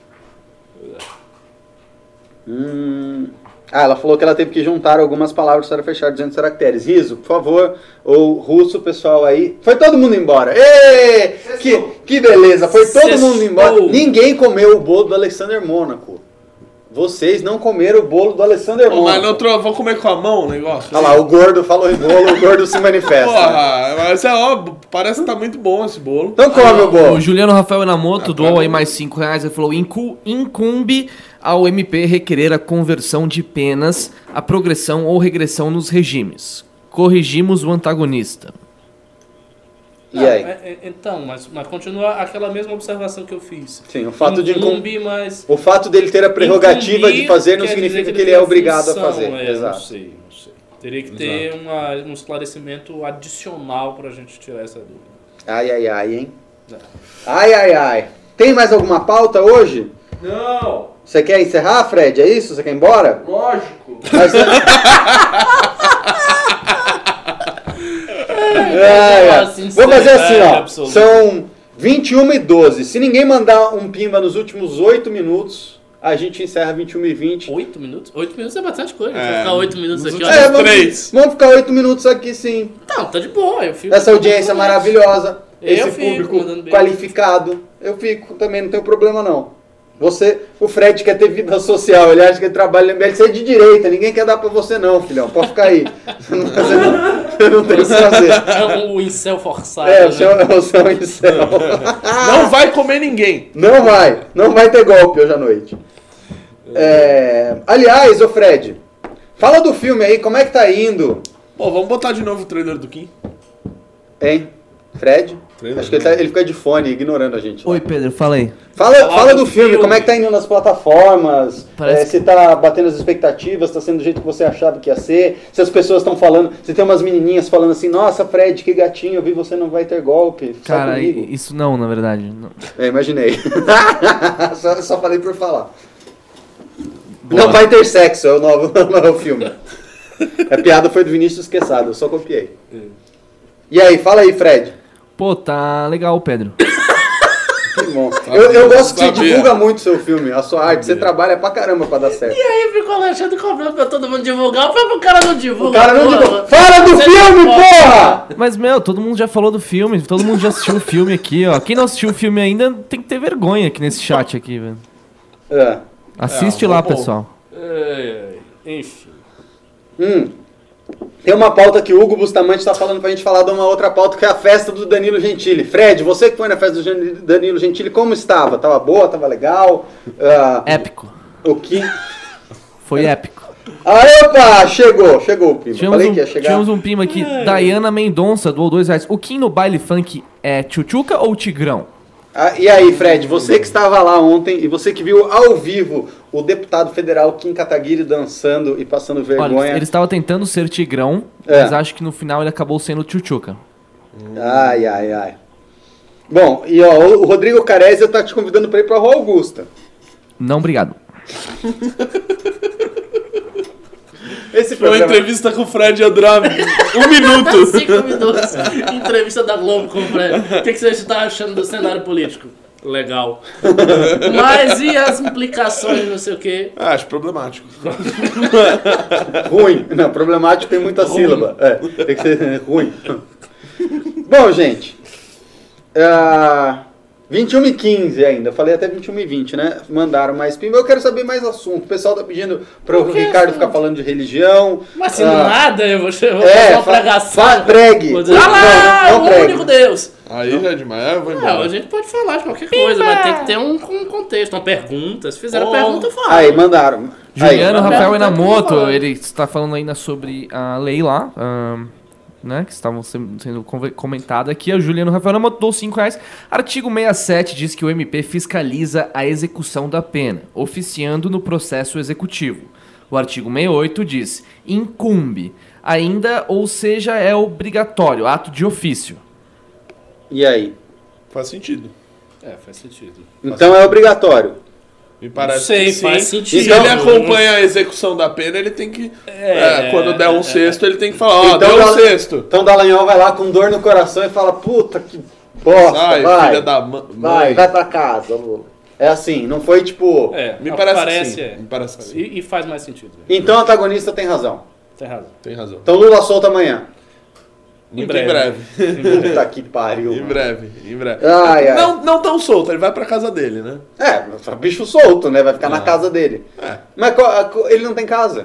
Hum... Ah, ela falou que ela teve que juntar algumas palavras para fechar duzentos caracteres. Riso, por favor. Ou russo, pessoal aí. Foi todo mundo embora. Ê! Que, que beleza, foi todo Sextou. mundo embora. Ninguém comeu o bolo do Alexander Mônaco. vocês não comeram o bolo do Alessandro Pô, Hermon. mas não tro... vou comer com a mão o negócio. Olha lá, o gordo falou em bolo, o gordo se manifesta. Porra, mas é óbvio, parece que tá muito bom esse bolo. Então come o bolo. O Juliano Rafael Enamoto Ah, doou pra aí mim. mais cinco reais e falou: "Incu- incumbe ao M P requerer a conversão de penas, a progressão ou regressão nos regimes. Corrigimos o antagonista." E aí? Não, é- é- então, mas, mas continua aquela mesma observação que eu fiz. Sim, o fato de incum... Incumbe, mas... o fato dele ter a prerrogativa Incumbir de fazer não quer dizer significa que ele ele é tem obrigado a função, fazer. é, Exato. Não sei, não sei. Teria que ter uma, um esclarecimento adicional pra gente tirar essa dúvida. Ai, ai, ai, hein? É. Ai, ai, ai. Tem mais alguma pauta hoje? Não, Você quer encerrar, Fred? É isso? Você quer ir embora? lógico. Mas... Ai, ai. Assim, Vou fazer assim, sinceridade ó. absoluta. São vinte e uma e doze. Se ninguém mandar um pimba nos últimos oito minutos, a gente encerra vinte e uma e vinte. Oito minutos? Oito minutos é bastante coisa. É, Vai ficar oito minutos nos aqui, últimos- ó. É, vamos, três. vamos ficar oito minutos aqui, sim. Não, tá de boa. Eu fico Essa audiência eu maravilhosa, Eu esse fico público mandando bem. qualificado. Eu fico também, não tenho problema não. Você, o Fred quer ter vida social, ele acha que ele trabalha no M L C de direita, ninguém quer dar pra você não, filhão, pode ficar aí. Você não, você não, você não tem o que fazer. É o incel forçado. É, né? o seu, é o seu incel. Não vai comer ninguém. Não vai, não vai ter golpe hoje à noite. É, aliás, ô Fred, fala do filme aí, como é que tá indo? Pô, vamos botar de novo o trailer do Kim. Hein? Fred? Trailer, Acho que ele, tá- ele fica de fone, ignorando a gente. lá. Oi, Pedro, fala aí. Fala, Falar fala do do filme, filme. como é que tá indo nas plataformas, Parece é, se tá batendo as expectativas, tá sendo do jeito que você achava que ia ser, se as pessoas estão falando, se tem umas menininhas falando assim, nossa Fred, que gatinho, eu vi você não vai ter golpe, sai Cara, comigo. isso não, na verdade. Não. É, imaginei. só, só falei por falar. Boa. Não vai ter sexo, é o novo, é o novo filme. A piada foi do Vinícius Quesada, eu só copiei. E aí, fala aí, Fred. Pô, tá legal, Pedro. Que bom. Eu, eu gosto que você Sabia. divulga muito seu filme, a sua arte, você trabalha pra caramba pra dar certo. E aí ficou o Alexandre cobrando pra todo mundo divulgar, foi pro cara não divulga. O cara não porra. divulga. Fala do Você filme, não pode. porra! Mas, meu, todo mundo já falou do filme, todo mundo já assistiu o filme aqui, ó. Quem não assistiu o filme ainda tem que ter vergonha aqui nesse chat aqui, velho. É. Assiste É, lá, bom. pessoal. Ai, ai. Enfim. Hum. Tem uma pauta que o Hugo Bustamante tá falando pra gente falar de uma outra pauta, que é a festa do Danilo Gentili. Fred, você que foi na festa do Gen- Danilo Gentili, como estava? Tava boa? Tava legal? Ah, Épico. o que... Foi épico. Ah, opa! Chegou, chegou o Pima. Tivemos Falei um, que ia chegar. tivemos um pima aqui. Dayana Mendonça doou dois reais. O Kim no baile funk é tchutchuca ou tigrão? Ah, e aí, Fred, você que estava lá ontem e você que viu ao vivo o deputado federal Kim Kataguiri dançando e passando vergonha. Olha, ele estava tentando ser tigrão, É. mas acho que no final ele acabou sendo tchutchuca. Ai, ai, ai. Bom, e ó, o Rodrigo Carezia tá te convidando para ir pra Rua Augusta. Não, obrigado. Esse Foi uma programa... entrevista com o Fred ia durar um minuto. Cinco minutos. Entrevista da Globo com o Fred. O que, que você está achando do cenário político? Legal. Mas e as implicações, não sei o quê? Ah, acho problemático. Ruim. Não, problemático tem muita sílaba. É, tem que ser ruim. Bom, gente. Uh, vinte e uma e quinze ainda. Falei até vinte e uma e vinte, né? Mandaram mais pimba. Eu quero saber mais assunto. O pessoal tá pedindo para o Por que Ricardo assunto? ficar falando de religião. Mas se Ah, do nada eu vou, eu vou é, fazer uma fa- pregação. fa- pregue. Vou dizer, Não, ah lá, não o pregue. único Deus. Aí já é demais, eu vou Não, embora. a gente pode falar de qualquer coisa, mas tem que ter um, um contexto, uma pergunta. Se fizeram Oh. pergunta, eu falo. Aí, mandaram. Juliano Aí. Rafael Tá Enamoto, falando. ele está falando ainda sobre a lei lá, ahn, né, que estavam se- sendo conve- comentada aqui. O Juliano Rafael Enamoto deu cinco reais. Artigo sessenta e sete diz que o M P fiscaliza a execução da pena, oficiando no processo executivo. O artigo sessenta e oito diz, incumbe, ainda, ou seja, é obrigatório, ato de ofício. E aí? Faz sentido. É, faz sentido. Então é obrigatório. Me parece Não sei, que sim. faz sentido. Se ele acompanha a execução da pena, ele tem que... é, quando der um é, sexto, ele tem que falar, ó, Então deu um dá- sexto. Então Dallagnol vai lá com dor no coração e fala, puta que bosta, Sai, vai, filha da ma- vai, mãe. vai pra casa, Lula. É assim, não foi tipo... É, Me ao parece, parece, que sim. é. Me parece que sim. E, e faz mais sentido. Então o antagonista tem razão. Tem razão. Tem razão. Então Lula solta amanhã. Muito breve. em breve. Puta que pariu. Em mano. breve, em breve. Ai, ai. Não, não tão solto, ele vai pra casa dele, né? É, bicho solto, né? Vai ficar na Ah. casa dele. É. Mas qual- a- co- ele não tem casa.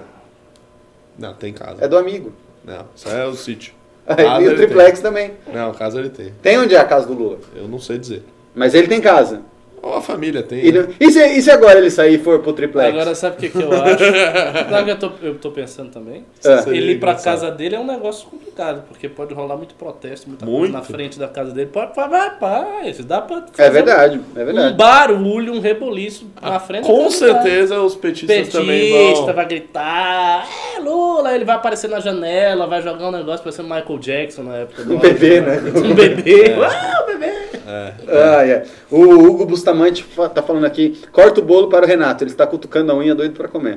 Não, tem casa. É do amigo. Não, isso é o sítio. Aí, Casa e o ele triplex também. tem. Não, casa ele tem. Tem onde é a casa do Lula. Eu não sei dizer. Mas ele tem casa. Ou a família tem. E, não- e se, e se agora ele sair e for pro triplex? Agora, sabe o que, que eu acho? Sabe o que eu tô, eu tô pensando também? É. Seria Ele ir pra engraçado. casa dele é um negócio complicado, porque pode rolar muito protesto, muita Muito. coisa na frente da casa dele. Pode, vai, rapaz, dá pra fazer É verdade, é um verdade. barulho, um reboliço na frente Com da casa dele. certeza os petistas Petista também vão. vai gritar, é Lula, ele vai aparecer na janela, vai jogar um negócio parecendo Michael Jackson na época. do Um bebê, né? Um bebê. Ah, o bebê. Ah, é. O Hugo Bustamante fa- tá falando aqui, corta o bolo para o Renato, ele está cutucando a unha doido para comer.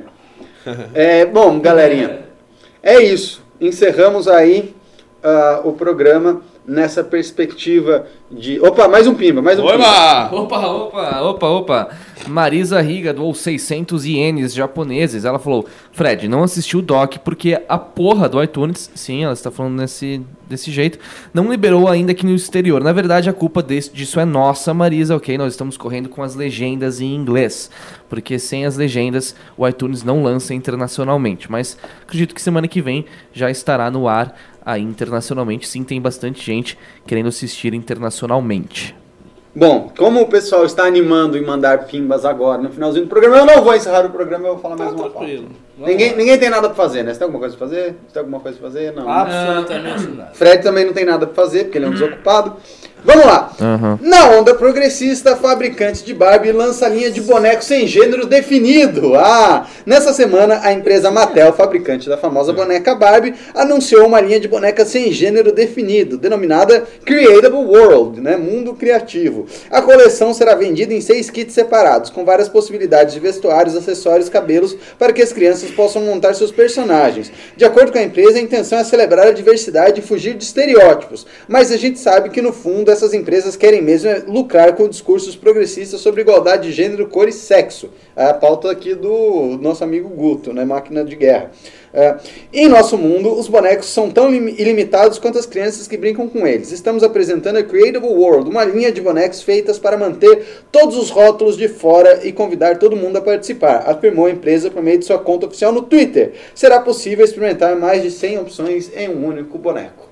É, bom, galerinha, é isso. Encerramos aí ah, o programa nessa perspectiva de... Opa, mais um pimba, mais um pimba. Oba! Opa, opa, opa, opa. Marisa Riga doou seiscentos ienes japoneses. Ela falou, Fred, não assistiu o doc porque a porra do iTunes, sim, ela está falando desse, desse jeito, não liberou ainda aqui no exterior. Na verdade, a culpa desse, disso é nossa, Marisa, ok? Nós estamos correndo com as legendas em inglês, porque sem as legendas o iTunes não lança internacionalmente. Mas acredito que semana que vem já estará no ar aí internacionalmente. Sim, tem bastante gente querendo assistir internacionalmente. Bom, como o pessoal está animando em mandar pimbas agora no finalzinho do programa, eu não vou encerrar o programa, eu vou falar mais Tá uma pauta. tranquilo. Vamos Ninguém, lá. ninguém tem nada pra fazer, né? Você tem alguma coisa pra fazer? Você tem alguma coisa pra fazer? Não. Absolutamente nada. Fred também não tem nada pra fazer, porque ele é um desocupado. Vamos lá. Aham. Na onda progressista, fabricante de Barbie lança linha de bonecos sem gênero definido. Ah, nessa semana, a empresa Mattel, fabricante da famosa boneca Barbie, anunciou uma linha de bonecas sem gênero definido, denominada Creatable World, né? Mundo Criativo. A coleção será vendida em seis kits separados, com várias possibilidades de vestuários, acessórios, cabelos, para que as crianças possam montar seus personagens. De acordo com a empresa, a intenção é celebrar a diversidade e fugir de estereótipos, mas a gente sabe que no fundo essas empresas querem mesmo é lucrar com discursos progressistas sobre igualdade de gênero, cor e sexo. É a pauta aqui do nosso amigo Guto, né? Máquina de guerra. É, em nosso mundo, os bonecos são tão lim- ilimitados quanto as crianças que brincam com eles. Estamos apresentando a Creatable World, uma linha de bonecos feitas para manter todos os rótulos de fora e convidar todo mundo a participar, afirmou a empresa por meio de sua conta oficial no Twitter. Será possível experimentar mais de cem opções em um único boneco.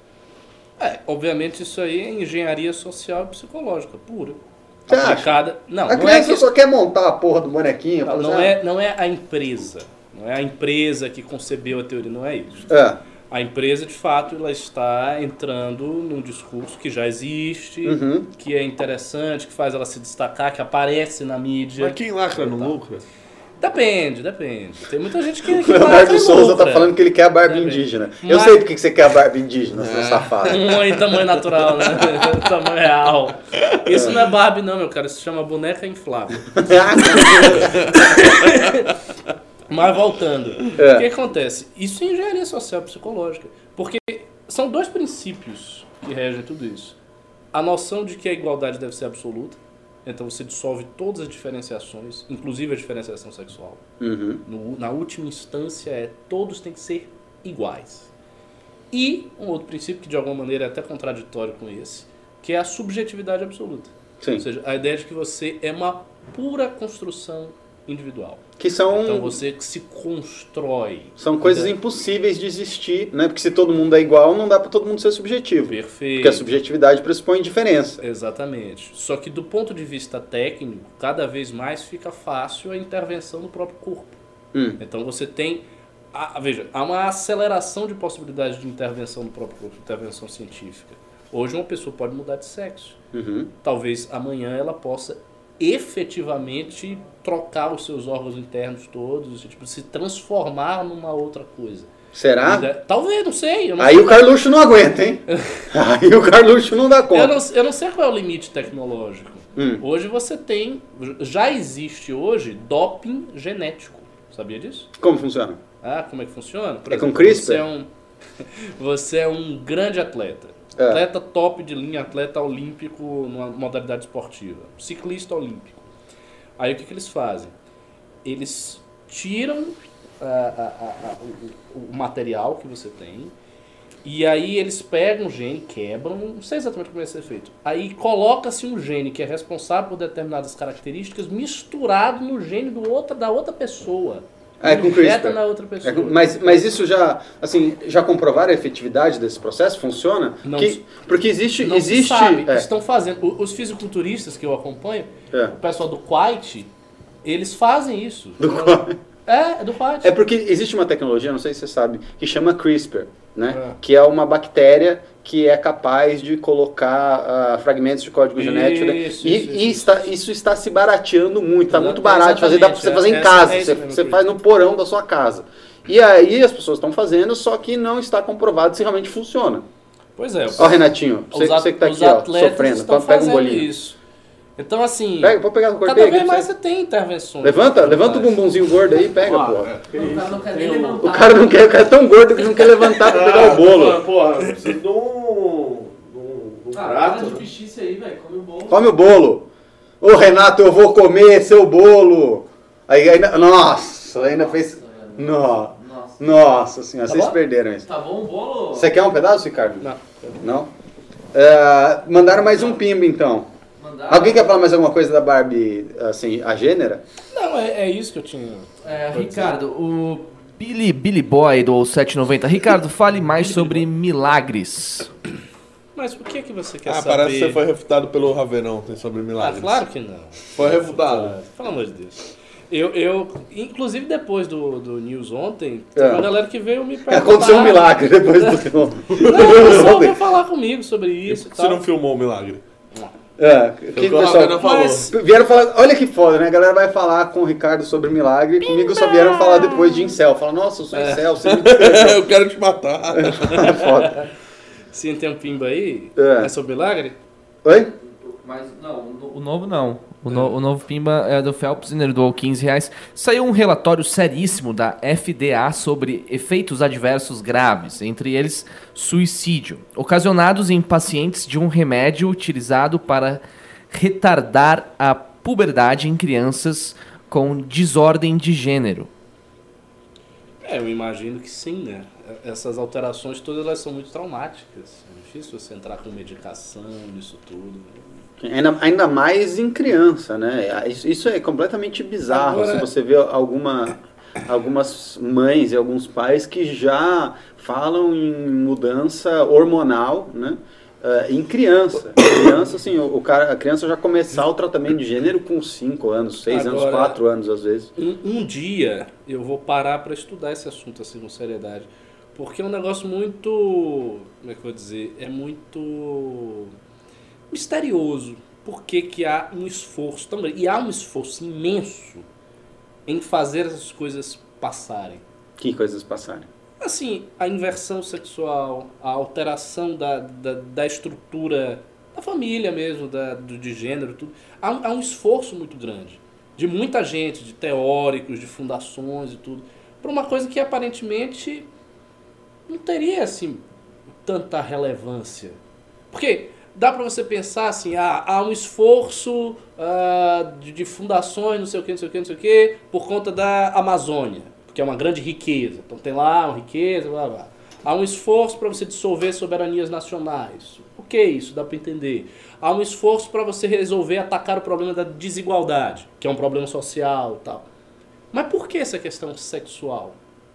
É, obviamente isso aí é engenharia social e psicológica pura. Você acha? Aplicada. Não, A não é criança que só quer montar a porra do bonequinho. Não, fala não assim, é, não é a empresa. Não é a empresa que concebeu a teoria, não é isso. ah, A empresa, de fato, ela está entrando num discurso que já existe, Uhum. que é interessante, que faz ela se destacar, que aparece na mídia. Mas quem lacra não lucra? Depende, depende. Tem muita gente que, O que Leonardo lacra e Souza lucra. tá falando que ele quer a Barbie Também. indígena. Eu Mas- sei por que que você quer a Barbie indígena, seu safado. Um em tamanho natural, né? Tamanho real. Isso não é Barbie não, meu cara. Isso se chama boneca inflável. Mas voltando, É. o que acontece? Isso é engenharia social e psicológica. Porque são dois princípios que regem tudo isso. A noção de que a igualdade deve ser absoluta. Então você dissolve todas as diferenciações, inclusive a diferenciação sexual. Uhum. No- na última instância, é todos têm que ser iguais. E um outro princípio que de alguma maneira é até contraditório com esse, que é a subjetividade absoluta. Sim. Ou seja, a ideia de que você é uma pura construção individual. Que são, Então você se constrói. são coisas Então, impossíveis de existir, né? Porque se todo mundo é igual, não dá pra todo mundo ser subjetivo. Perfeito. Porque a subjetividade pressupõe diferença. Exatamente. Só que do ponto de vista técnico, cada vez mais fica fácil a intervenção no próprio corpo. Hum. Então você tem, a, veja, há uma aceleração de possibilidades de intervenção no próprio corpo, intervenção científica. Hoje uma pessoa pode mudar de sexo. Uhum. Talvez amanhã ela possa efetivamente trocar os seus órgãos internos todos, tipo, se transformar numa outra coisa. Será? E da- Talvez, não sei. Eu não Aí sei o Carluxo não aguenta, hein? Aí o Carluxo não dá conta. Eu não, eu não sei qual é o limite tecnológico. Hum. Hoje você tem, já existe hoje doping genético. Sabia disso? Como funciona? Ah, como é que funciona? Por É com exemplo, CRISPR? Você é um, você é um grande atleta. É. Atleta top de linha, atleta olímpico numa modalidade esportiva. Ciclista olímpico. Aí o que, que eles fazem? Eles tiram ah, ah, ah, ah, o, o material que você tem E aí eles pegam um gene, quebram, não sei exatamente como é ser feito. Aí coloca-se um gene que é responsável por determinadas características misturado no gene do outra, da outra pessoa. É com Injeta CRISPR. na outra pessoa. É com- mas, mas isso já, assim, já comprovaram a efetividade desse processo? Funciona? Não Que- se- porque existe... Não se existe sabe, é, estão fazendo. o- Os fisiculturistas que eu acompanho, É. o pessoal do Quite, eles fazem isso. Do Quite. É, é do Quite. É porque existe uma tecnologia, não sei se você sabe, que chama CRISPR, né? É. Que é uma bactéria que é capaz de colocar ah, fragmentos de código genético. né? Isso, E, isso, e isso, está, isso está se barateando muito, está muito Exatamente, barato de fazer, dá para você fazer em é, casa, é isso você, mesmo, você Chris. faz no porão da sua casa. E aí as pessoas estão fazendo, só que não está comprovado se realmente funciona. Pois é. Ó, Renatinho, você, os at- você que está os aqui, ó, atletas sofrendo, estão pega um fazendo bolinho. isso. Então, assim, Pega, vou pegar no cada corteio vez aqui. mais Você... você tem intervenções. Levanta, levanta o bumbumzinho gordo aí e pega, Ó, pô. O cara não quer nem Tem um- levantar. O cara não quer, o cara é tão gordo que não quer levantar pra pegar o bolo. Ah, Porra, eu preciso de um, de um, de um Ah, prato. para de bichice aí, velho. Come o bolo. Come o bolo. Ô Renato, eu vou comer seu bolo. Aí ainda. Nossa, ainda fez. Nó- Nossa. Nossa senhora, Tá vocês bom? perderam isso. Tá bom o bolo? Você quer um pedaço, Ricardo? Não. Não? É, mandaram mais um pimba então. Mandaram. Alguém quer falar mais alguma coisa da Barbie, assim, a gênera? Não, é, é isso que eu tinha. É, Ricardo, o Billy, Billy Boy do sete e noventa. Ricardo, fale mais sobre milagres. Mas o que é que você quer Ah, saber? parece que você foi refutado pelo Raven ontem sobre Ah, milagres. claro que não. Foi refutado. Pelo amor de Deus. Eu, eu, inclusive depois do, do news ontem, teve É. uma galera que veio me perguntar. Aconteceu um milagre depois do. Não, o pessoal veio falar comigo sobre isso e Você tal. não filmou o milagre? É, que, Foi o que a pessoal, Ravena falou. Mas- vieram falar, olha que foda, né? A galera vai falar com o Ricardo sobre milagre e comigo só vieram falar depois de incel. Fala, nossa, eu sou incel, você me descreveu. Eu quero te matar. É foda. Sim, tem um pimba aí. É. É sobre milagre? Oi? Mas, não, no- O novo não. O, no- o novo Pimba é do Phelps, ele doou quinze reais. Saiu um relatório seríssimo da F D A sobre efeitos adversos graves, entre eles suicídio, ocasionados em pacientes de um remédio utilizado para retardar a puberdade em crianças com desordem de gênero. É, eu imagino que sim, né? Essas alterações todas elas são muito traumáticas. É difícil você entrar com medicação nisso tudo. Ainda, ainda mais em criança, né? Isso, isso é completamente bizarro. Agora- Se você vê alguma, algumas mães e alguns pais que já falam em mudança hormonal, né? Uh, em criança. Criança, assim, o, o cara, a criança já começar o tratamento de gênero com cinco anos, seis anos, Agora- quatro anos às vezes. Um, um dia eu vou parar para estudar esse assunto assim com seriedade. Porque é um negócio muito. Como é que eu vou dizer? É muito misterioso. Por que, que há um esforço tão grande? E há um esforço imenso em fazer essas coisas passarem. Que coisas passaram. Assim, a inversão sexual, a alteração da, da, da estrutura da família mesmo, da, do, de gênero, tudo. Há, um- há um esforço muito grande. De muita gente, de teóricos, de fundações e tudo. Para uma coisa que aparentemente não teria, assim, tanta relevância. Porque dá para você pensar assim, ah, há um esforço ah, de, de fundações, não sei o que, não sei o que, não sei o que, por conta da Amazônia, porque é uma grande riqueza. Então tem lá uma riqueza, blá blá. Há um esforço para você dissolver soberanias nacionais. O que é isso? Dá para entender. Há um esforço para você resolver, atacar o problema da desigualdade, que é um problema social e tal. Mas por que essa questão sexual?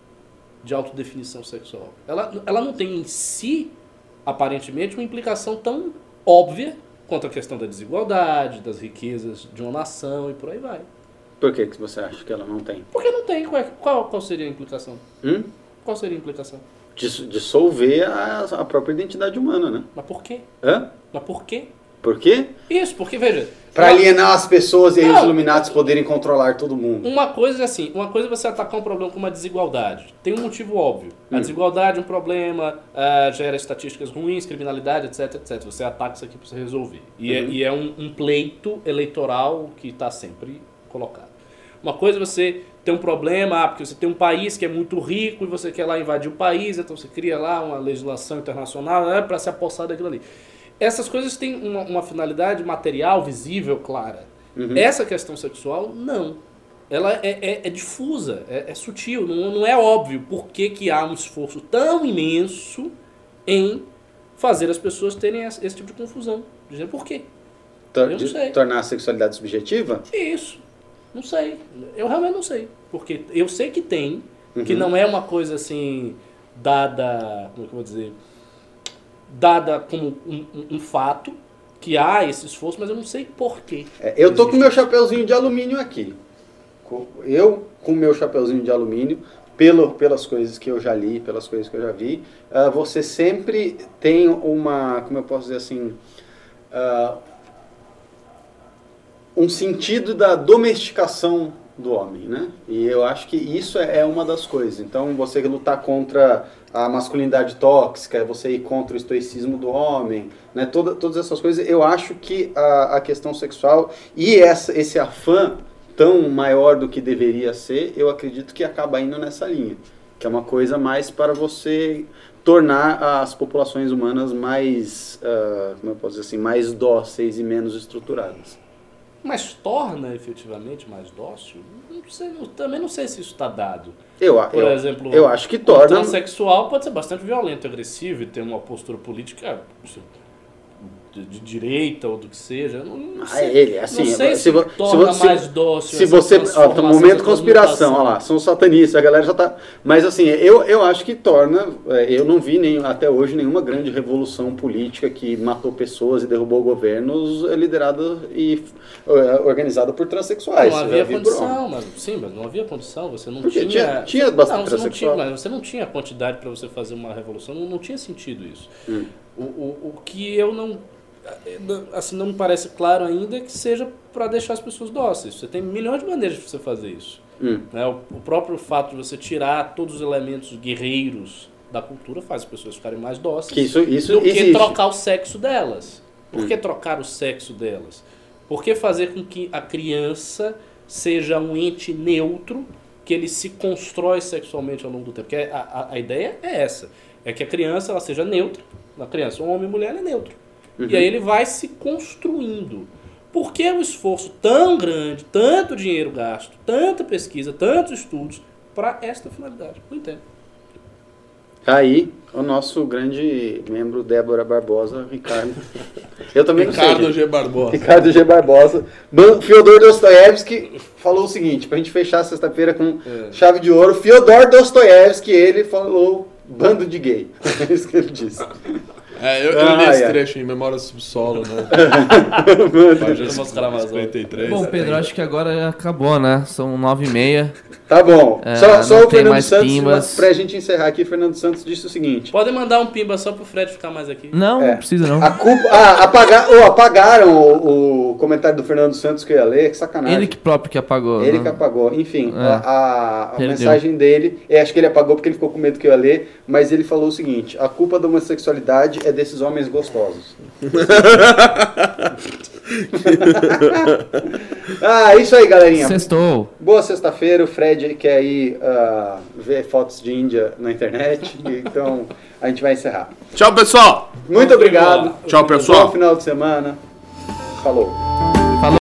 De autodefinição sexual? Ela, ela não tem em si, aparentemente, uma implicação tão óbvia quanto a questão da desigualdade, das riquezas de uma nação e por aí vai. Por que, que você acha que ela não tem? Porque não tem. Qual, é- qual, qual seria a implicação? Hum? Qual seria a implicação? Dis- Dissolver a, a própria identidade humana, né? Mas por quê? Hã? Mas por quê? Por quê? Isso, porque, veja... Pra uma- alienar as pessoas e aí os Não. Illuminatis poderem controlar todo mundo. Uma coisa é assim, uma coisa é você atacar um problema como a desigualdade. Tem um motivo óbvio. A desigualdade é um problema, ah, gera estatísticas ruins, criminalidade, etc, etcétera. Você ataca isso aqui para você resolver. E é, e é um, um pleito eleitoral que está sempre colocado. Uma coisa é você ter um problema, ah, porque você tem um país que é muito rico e você quer lá invadir o país, então você cria lá uma legislação internacional né, para se apossar daquilo ali. Essas coisas têm uma, uma finalidade material, visível, clara. Uhum. Essa questão sexual, não. Ela é, é, é difusa, é, é sutil, não, não é óbvio por que, que há um esforço tão imenso em fazer as pessoas terem esse esse tipo de confusão. Dizer por quê? Tor- Eu não de sei. tornar a sexualidade subjetiva? Isso. Não sei. Eu realmente não sei. Porque eu sei que tem, que Uhum. não é uma coisa assim, dada, como é que eu vou dizer? Dada como um, um- um fato, que há esse esforço, mas eu não sei por quê. É, eu tô com Existe. meu chapeuzinho de alumínio aqui. Co- Eu, com meu chapeuzinho de alumínio, pelo, pelas coisas que eu já li, pelas coisas que eu já vi, ah, você sempre tem uma, como eu posso dizer assim, ah, um sentido da domesticação do homem, né? E eu acho que isso é é uma das coisas. Então, você lutar contra a masculinidade tóxica, você ir contra o estoicismo do homem, né? Toda, todas essas coisas, eu acho que a, a questão sexual e essa, esse afã tão maior do que deveria ser, eu acredito que acaba indo nessa linha, que é uma coisa mais para você tornar as populações humanas mais, ah, como eu posso dizer assim, mais dóceis e menos estruturadas. Mas torna efetivamente mais dócil? Não sei, não- também não sei se isso está dado. Eu, a- Por eu, exemplo, eu acho que o torna... transexual pode ser bastante violento e agressivo e ter uma postura política de, de direita ou do que seja. Eu Não, não Ah, sei, ele, assim, não sei se se, vo- torna se vo- mais dócil Se essa você, ó, tá transformação, um momento essa conspiração, transmutação. olha lá, são satanistas, a galera já tá... Mas assim, eu, eu acho que torna... é, Eu não vi nem, até hoje nenhuma grande revolução política que matou pessoas e derrubou governos é, liderada e é, organizada por transexuais. Não Eu havia já vi por condição, mas sim, mas não havia condição, você não Porque tinha... tinha- tinha bastante não, você não tinha, transexual. mas você não tinha quantidade para você fazer uma revolução, não, não tinha sentido isso. Hum. O, o, o que eu não... assim, não me parece claro ainda é que seja para deixar as pessoas dóceis. Você tem milhões de maneiras de você fazer isso. Hum. Né? O, o próprio fato de você tirar todos os elementos guerreiros da cultura faz as pessoas ficarem mais dóceis Que isso, isso do que existe. trocar o sexo delas. Por Hum. que trocar o sexo delas? Por que fazer com que a criança seja um ente neutro que ele se constrói sexualmente ao longo do tempo? Porque a, a, a ideia é essa. É que a criança ela seja neutra. A criança, um homem e mulher, ela é neutro. Uhum. E aí ele vai se construindo. Por que o esforço tão grande, tanto dinheiro gasto, tanta pesquisa, tantos estudos para esta finalidade? Não entendo. Aí, o nosso grande membro Débora Barbosa, Ricardo. Eu também não sei. Ricardo gente. G. Barbosa. Ricardo G. Barbosa. Ban- Fyodor Dostoiévski falou o seguinte, pra gente fechar a sexta-feira com chave de ouro. Fyodor Dostoiévski, ele falou bando de gay. É isso que ele disse. É, eu, eu Ah, li esse é. trecho em Memória Subsolo, né? Página Vamos Karamazov. cinquenta e três. Bom, Pedro, acho que agora já acabou, né? São nove e meia. Tá bom. É, só só não o tem Fernando mais Santos, pimbas. pra gente encerrar aqui, Fernando Santos disse o seguinte. Podem mandar um pimba só pro Fred ficar mais aqui. Não, É. não precisa não. A culpa, ah, apagar, oh, apagaram o, o comentário do Fernando Santos que eu ia ler, que sacanagem. Ele que próprio que apagou. Ele né? que apagou. Enfim, É. a, a- a Perdeu. mensagem dele, é, acho que ele apagou porque ele ficou com medo que eu ia ler, mas ele falou o seguinte: a culpa da homossexualidade é desses homens gostosos. Ah, isso aí, galerinha. Sextou. Boa sexta-feira. O Fred quer ir ah, ver fotos de Índia na internet, então a gente vai encerrar. Tchau, pessoal! Muito obrigado. Tchau, pessoal. Bom final de semana. Falou.